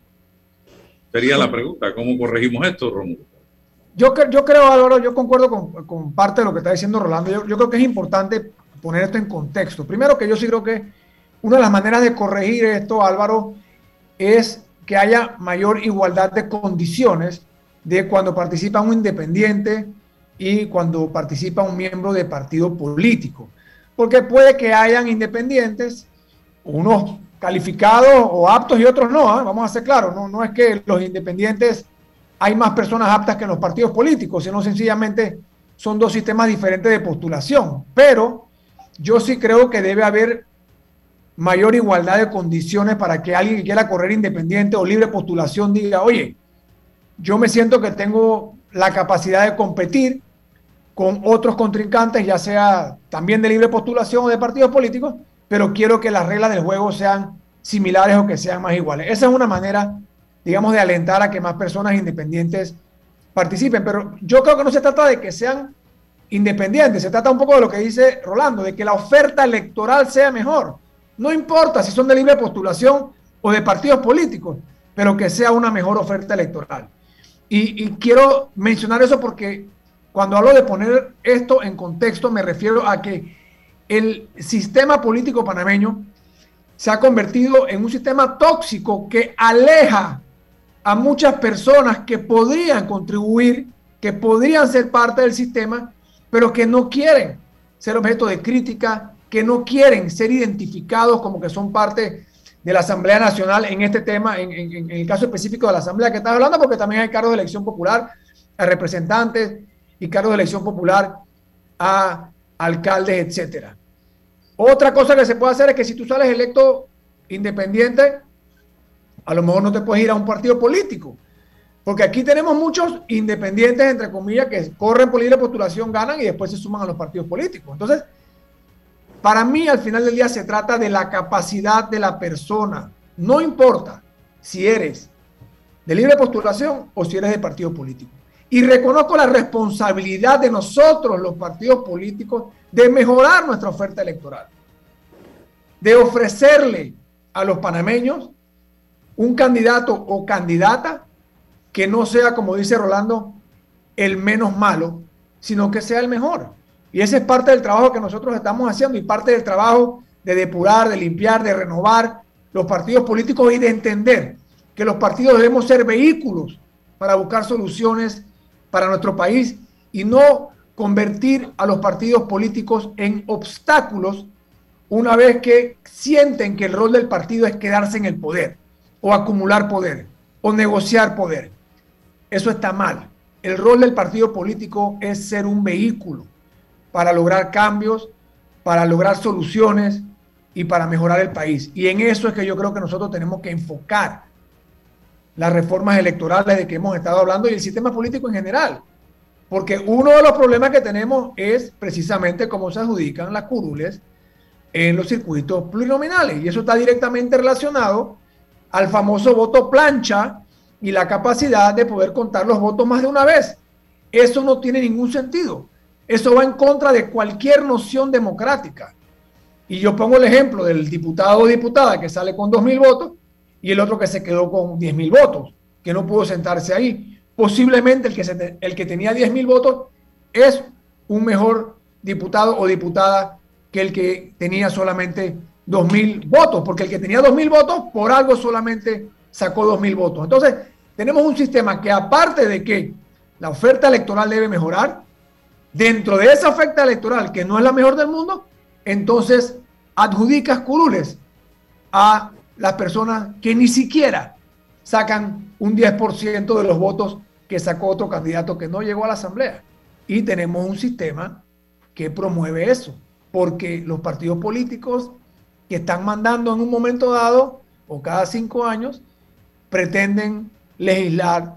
Sería la pregunta. ¿Cómo corregimos esto, Rómulo? Yo creo, Álvaro, yo concuerdo con parte de lo que está diciendo Rolando. Yo creo que es importante poner esto en contexto. Primero, que yo sí creo que una de las maneras de corregir esto, Álvaro, es que haya mayor igualdad de condiciones de cuando participa un independiente y cuando participa un miembro de partido político. Porque puede que hayan independientes, unos calificados o aptos y otros no, ¿eh? Vamos a ser claros, no es que los independientes hay más personas aptas que en los partidos políticos, sino sencillamente son dos sistemas diferentes de postulación. Pero yo sí creo que debe haber mayor igualdad de condiciones para que alguien que quiera correr independiente o libre postulación diga, oye, yo me siento que tengo la capacidad de competir con otros contrincantes, ya sea también de libre postulación o de partidos políticos, pero quiero que las reglas del juego sean similares o que sean más iguales. Esa es una manera, digamos, de alentar a que más personas independientes participen, pero yo creo que no se trata de que sean independientes, se trata un poco de lo que dice Rolando, de que la oferta electoral sea mejor. No importa si son de libre postulación o de partidos políticos, pero que sea una mejor oferta electoral. Y quiero mencionar eso porque cuando hablo de poner esto en contexto me refiero a que el sistema político panameño se ha convertido en un sistema tóxico que aleja a muchas personas que podrían contribuir, que podrían ser parte del sistema, pero que no quieren ser objeto de crítica, que no quieren ser identificados como que son parte de la Asamblea Nacional en este tema, en el caso específico de la Asamblea que estás hablando, porque también hay cargos de elección popular a representantes y cargos de elección popular a alcaldes, etcétera. Otra cosa que se puede hacer es que si tú sales electo independiente, a lo mejor no te puedes ir a un partido político, porque aquí tenemos muchos independientes, entre comillas, que corren por libre postulación, ganan y después se suman a los partidos políticos. Entonces, para mí, al final del día, se trata de la capacidad de la persona. No importa si eres de libre postulación o si eres de partido político. Y reconozco la responsabilidad de nosotros, los partidos políticos, de mejorar nuestra oferta electoral, de ofrecerle a los panameños un candidato o candidata que no sea, como dice Rolando, el menos malo, sino que sea el mejor. Y ese es parte del trabajo que nosotros estamos haciendo y parte del trabajo de depurar, de limpiar, de renovar los partidos políticos y de entender que los partidos debemos ser vehículos para buscar soluciones para nuestro país y no convertir a los partidos políticos en obstáculos una vez que sienten que el rol del partido es quedarse en el poder o acumular poder o negociar poder. Eso está mal. El rol del partido político es ser un vehículo para lograr cambios, para lograr soluciones y para mejorar el país. Y en eso es que yo creo que nosotros tenemos que enfocar las reformas electorales de que hemos estado hablando y el sistema político en general. Porque uno de los problemas que tenemos es precisamente cómo se adjudican las curules en los circuitos plurinominales. Y eso está directamente relacionado al famoso voto plancha y la capacidad de poder contar los votos más de una vez. Eso no tiene ningún sentido. Eso va en contra de cualquier noción democrática. Y yo pongo el ejemplo del diputado o diputada que sale con 2.000 votos y el otro que se quedó con 10.000 votos, que no pudo sentarse ahí. Posiblemente el que tenía 10.000 votos es un mejor diputado o diputada que el que tenía solamente 2.000 votos, porque el que tenía 2.000 votos por algo solamente sacó 2.000 votos. Entonces, tenemos un sistema que aparte de que la oferta electoral debe mejorar, dentro de esa oferta electoral, que no es la mejor del mundo, entonces adjudicas curules a las personas que ni siquiera sacan un 10% de los votos que sacó otro candidato que no llegó a la asamblea. Y tenemos un sistema que promueve eso, porque los partidos políticos que están mandando en un momento dado o cada 5 años pretenden legislar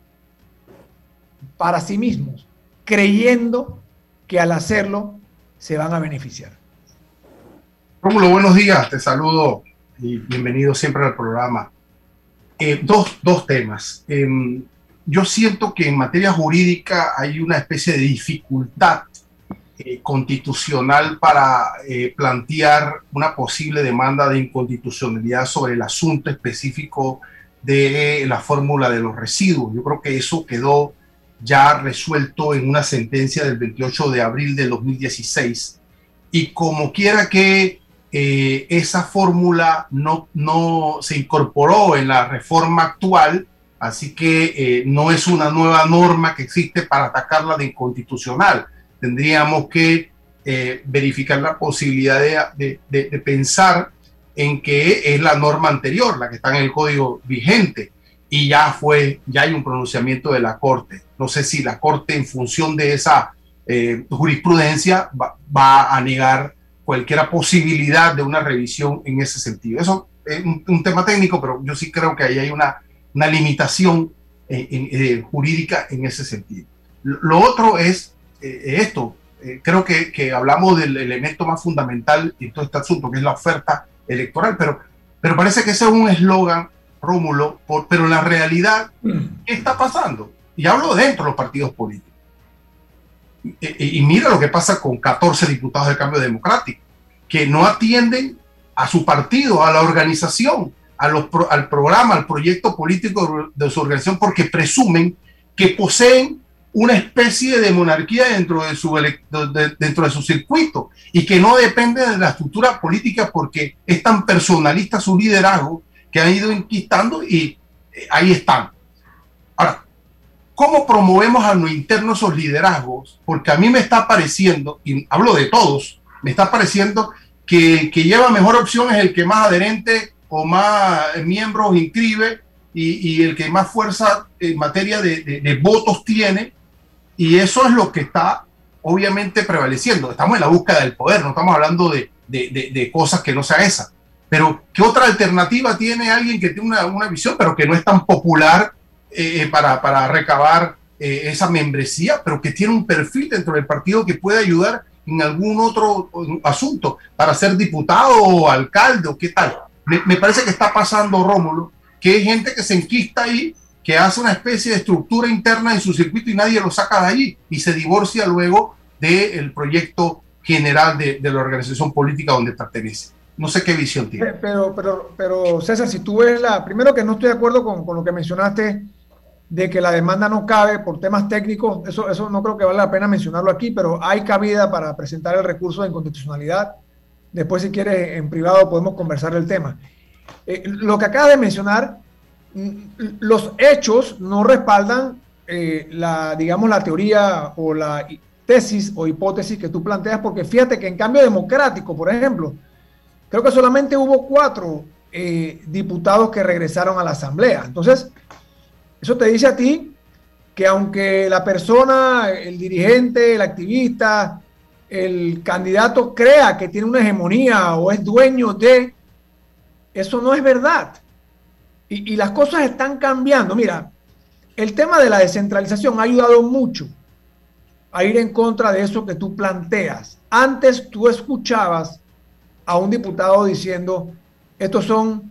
para sí mismos, creyendo que al hacerlo se van a beneficiar. Rómulo, buenos días, te saludo y bienvenido siempre al programa. Dos temas. Yo siento que en materia jurídica hay una especie de dificultad constitucional para plantear una posible demanda de inconstitucionalidad sobre el asunto específico de la fórmula de los residuos. Yo creo que eso quedó ya resuelto en una sentencia del 28 de abril de 2016 y como quiera que esa fórmula no se incorporó en la reforma actual, así que no es una nueva norma que existe para atacarla de inconstitucional. Tendríamos que verificar la posibilidad de pensar en que es la norma anterior, la que está en el código vigente, y ya hay un pronunciamiento de la Corte. No sé si la Corte, en función de esa jurisprudencia, va a negar cualquier posibilidad de una revisión en ese sentido. Eso es un tema técnico, pero yo sí creo que ahí hay una limitación jurídica en ese sentido. Lo otro es esto. Creo que hablamos del elemento más fundamental en todo este asunto, que es la oferta electoral, pero parece que ese es un eslogan, Rómulo, pero en la realidad, ¿qué está pasando? Y hablo dentro de los partidos políticos. Y mira lo que pasa con 14 diputados de Cambio Democrático, que no atienden a su partido, a la organización, al programa, al proyecto político de su organización, porque presumen que poseen una especie de monarquía dentro de su circuito y que no depende de la estructura política porque es tan personalista su liderazgo que han ido inquistando y ahí están. Ahora, ¿cómo promovemos a lo interno esos liderazgos? Porque a mí me está pareciendo, y hablo de todos, me está pareciendo que lleva mejor opción es el que más adherente o más miembros inscribe y el que más fuerza en materia de votos tiene, y eso es lo que está obviamente prevaleciendo. Estamos en la búsqueda del poder, no estamos hablando de cosas que no sea esa. Pero ¿qué otra alternativa tiene alguien que tiene una visión, pero que no es tan popular para recabar esa membresía, pero que tiene un perfil dentro del partido que puede ayudar en algún otro asunto para ser diputado o alcalde o qué tal? Me parece que está pasando, Rómulo, que hay gente que se enquista ahí, que hace una especie de estructura interna en su circuito y nadie lo saca de allí y se divorcia luego del proyecto general de la organización política donde pertenece. No sé qué visión tiene. Pero César, si tú ves primero que no estoy de acuerdo con lo que mencionaste de que la demanda no cabe por temas técnicos, eso no creo que vale la pena mencionarlo aquí, pero hay cabida para presentar el recurso de inconstitucionalidad. Después, si quieres, en privado podemos conversar el tema. Lo que acabas de mencionar, los hechos no respaldan la teoría o la tesis o hipótesis que tú planteas, porque fíjate que en cambio democrático, por ejemplo, creo que solamente hubo 4 diputados que regresaron a la Asamblea. Entonces, eso te dice a ti que aunque la persona, el dirigente, el activista, el candidato crea que tiene una hegemonía o es dueño de, eso no es verdad. Y las cosas están cambiando. Mira, el tema de la descentralización ha ayudado mucho a ir en contra de eso que tú planteas. Antes tú escuchabas a un diputado diciendo, estos son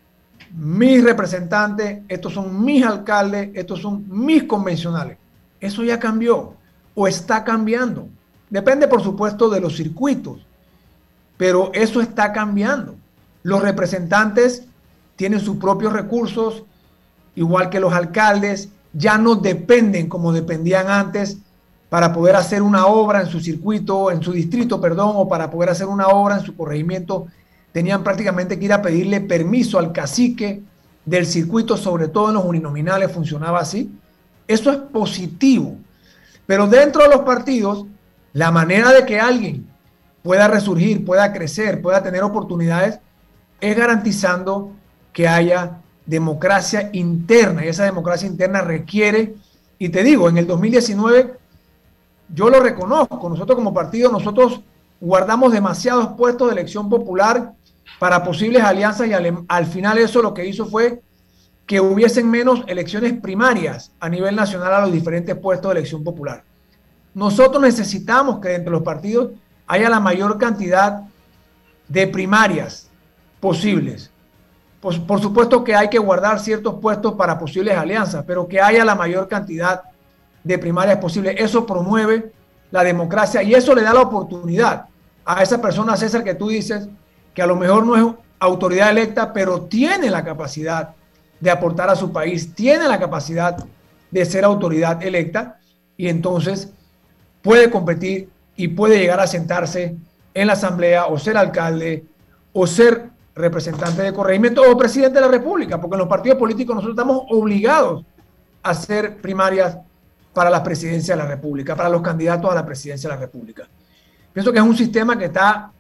mis representantes, estos son mis alcaldes, estos son mis convencionales. Eso ya cambió o está cambiando. Depende, por supuesto, de los circuitos, pero eso está cambiando. Los representantes tienen sus propios recursos, igual que los alcaldes, ya no dependen como dependían antes para poder hacer una obra en su circuito, en su distrito, perdón, o para poder hacer una obra en su corregimiento. Tenían prácticamente que ir a pedirle permiso al cacique del circuito, sobre todo en los uninominales funcionaba así. Eso es positivo. Pero dentro de los partidos, la manera de que alguien pueda resurgir, pueda crecer, pueda tener oportunidades, es garantizando que haya democracia interna. Y esa democracia interna requiere, y te digo, en el 2019, yo lo reconozco, nosotros como partido, nosotros guardamos demasiados puestos de elección popular para posibles alianzas y al final eso lo que hizo fue que hubiesen menos elecciones primarias a nivel nacional a los diferentes puestos de elección popular. Nosotros necesitamos que dentro de los partidos haya la mayor cantidad de primarias posibles. Por supuesto que hay que guardar ciertos puestos para posibles alianzas, pero que haya la mayor cantidad de primarias posibles. Eso promueve la democracia y eso le da la oportunidad a esa persona, César, que tú dices, que a lo mejor no es autoridad electa, pero tiene la capacidad de aportar a su país, tiene la capacidad de ser autoridad electa y entonces puede competir y puede llegar a sentarse en la asamblea o ser alcalde o ser representante de corregimiento o presidente de la República, porque en los partidos políticos nosotros estamos obligados a hacer primarias para la presidencia de la República, para los candidatos a la presidencia de la República. Pienso que es un sistema que está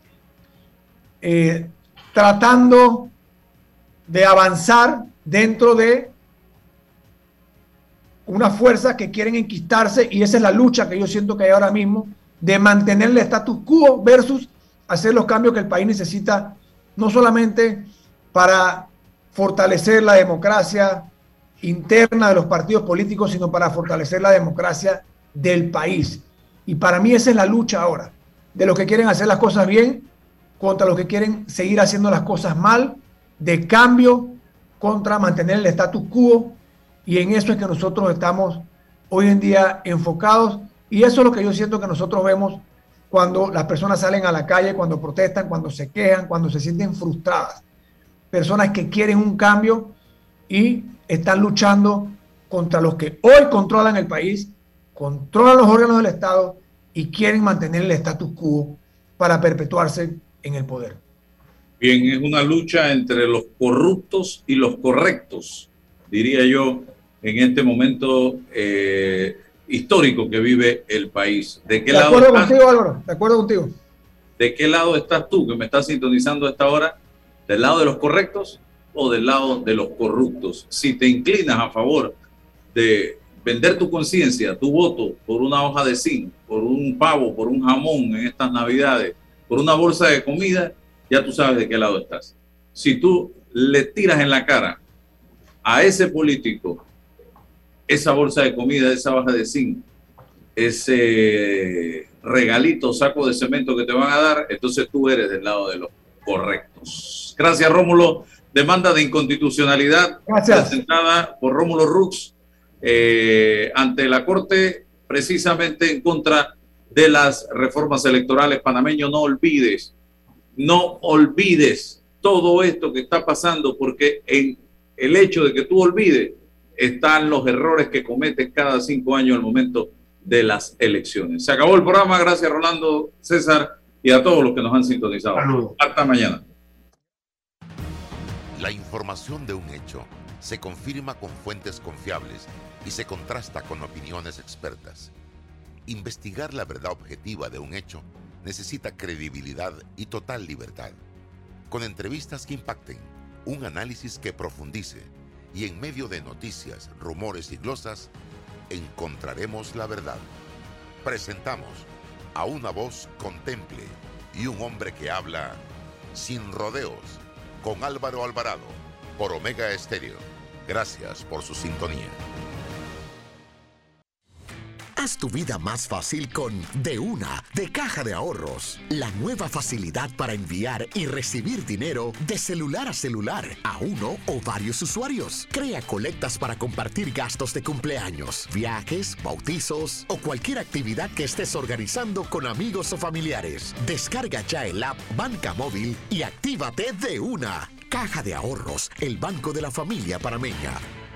tratando de avanzar dentro de unas fuerzas que quieren enquistarse y esa es la lucha que yo siento que hay ahora mismo de mantener el status quo versus hacer los cambios que el país necesita, no solamente para fortalecer la democracia interna de los partidos políticos, sino para fortalecer la democracia del país. Y para mí esa es la lucha ahora, de los que quieren hacer las cosas bien contra los que quieren seguir haciendo las cosas mal, de cambio contra mantener el status quo, y en eso es que nosotros estamos hoy en día enfocados, y eso es lo que yo siento que nosotros vemos cuando las personas salen a la calle, cuando protestan, cuando se quejan, cuando se sienten frustradas. Personas que quieren un cambio y están luchando contra los que hoy controlan el país, controlan los órganos del Estado y quieren mantener el status quo para perpetuarse en el poder. Bien, es una lucha entre los corruptos y los correctos, diría yo, en este momento histórico que vive el país. ¿De qué lado acuerdo contigo, Álvaro, de acuerdo contigo. ¿De qué lado estás tú que me estás sintonizando a esta hora? ¿Del lado de los correctos o del lado de los corruptos? Si te inclinas a favor de vender tu conciencia, tu voto, por una hoja de zinc, por un pavo, por un jamón en estas Navidades, por una bolsa de comida, ya tú sabes de qué lado estás. Si tú le tiras en la cara a ese político esa bolsa de comida, esa hoja de zinc, ese regalito, saco de cemento que te van a dar, entonces tú eres del lado de los correctos. Gracias, Rómulo. Demanda de inconstitucionalidad presentada por Rómulo Rux ante la Corte, precisamente en contra de las reformas electorales. Panameño, no olvides no olvides todo esto que está pasando, porque en el hecho de que tú olvides están los errores que cometes cada 5 años al momento de las elecciones. Se acabó el programa. Gracias, Rolando, César, y a todos los que nos han sintonizado. Saludos. Hasta mañana. La información de un hecho se confirma con fuentes confiables y se contrasta con opiniones expertas. Investigar la verdad objetiva de un hecho necesita credibilidad y total libertad. Con entrevistas que impacten, un análisis que profundice y en medio de noticias, rumores y glosas, encontraremos la verdad. Presentamos a una voz contemple y un hombre que habla sin rodeos, con Álvaro Alvarado, por Omega Estéreo. Gracias por su sintonía. Haz tu vida más fácil con De Una, de Caja de Ahorros. La nueva facilidad para enviar y recibir dinero de celular a celular a uno o varios usuarios. Crea colectas para compartir gastos de cumpleaños, viajes, bautizos o cualquier actividad que estés organizando con amigos o familiares. Descarga ya el app Banca Móvil y actívate De Una. Caja de Ahorros, el banco de la familia panameña.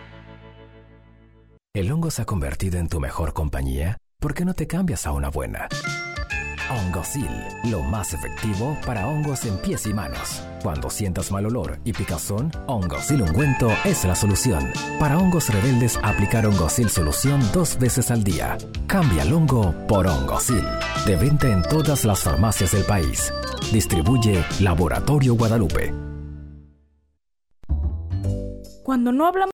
¿El hongo se ha convertido en tu mejor compañía? ¿Por qué no te cambias a una buena? Hongosil, lo más efectivo para hongos en pies y manos. Cuando sientas mal olor y picazón, Hongosil ungüento es la solución. Para hongos rebeldes, aplicar Hongosil solución 2 veces al día. Cambia el hongo por Hongosil. De venta en todas las farmacias del país. Distribuye Laboratorio Guadalupe. Cuando no hablamos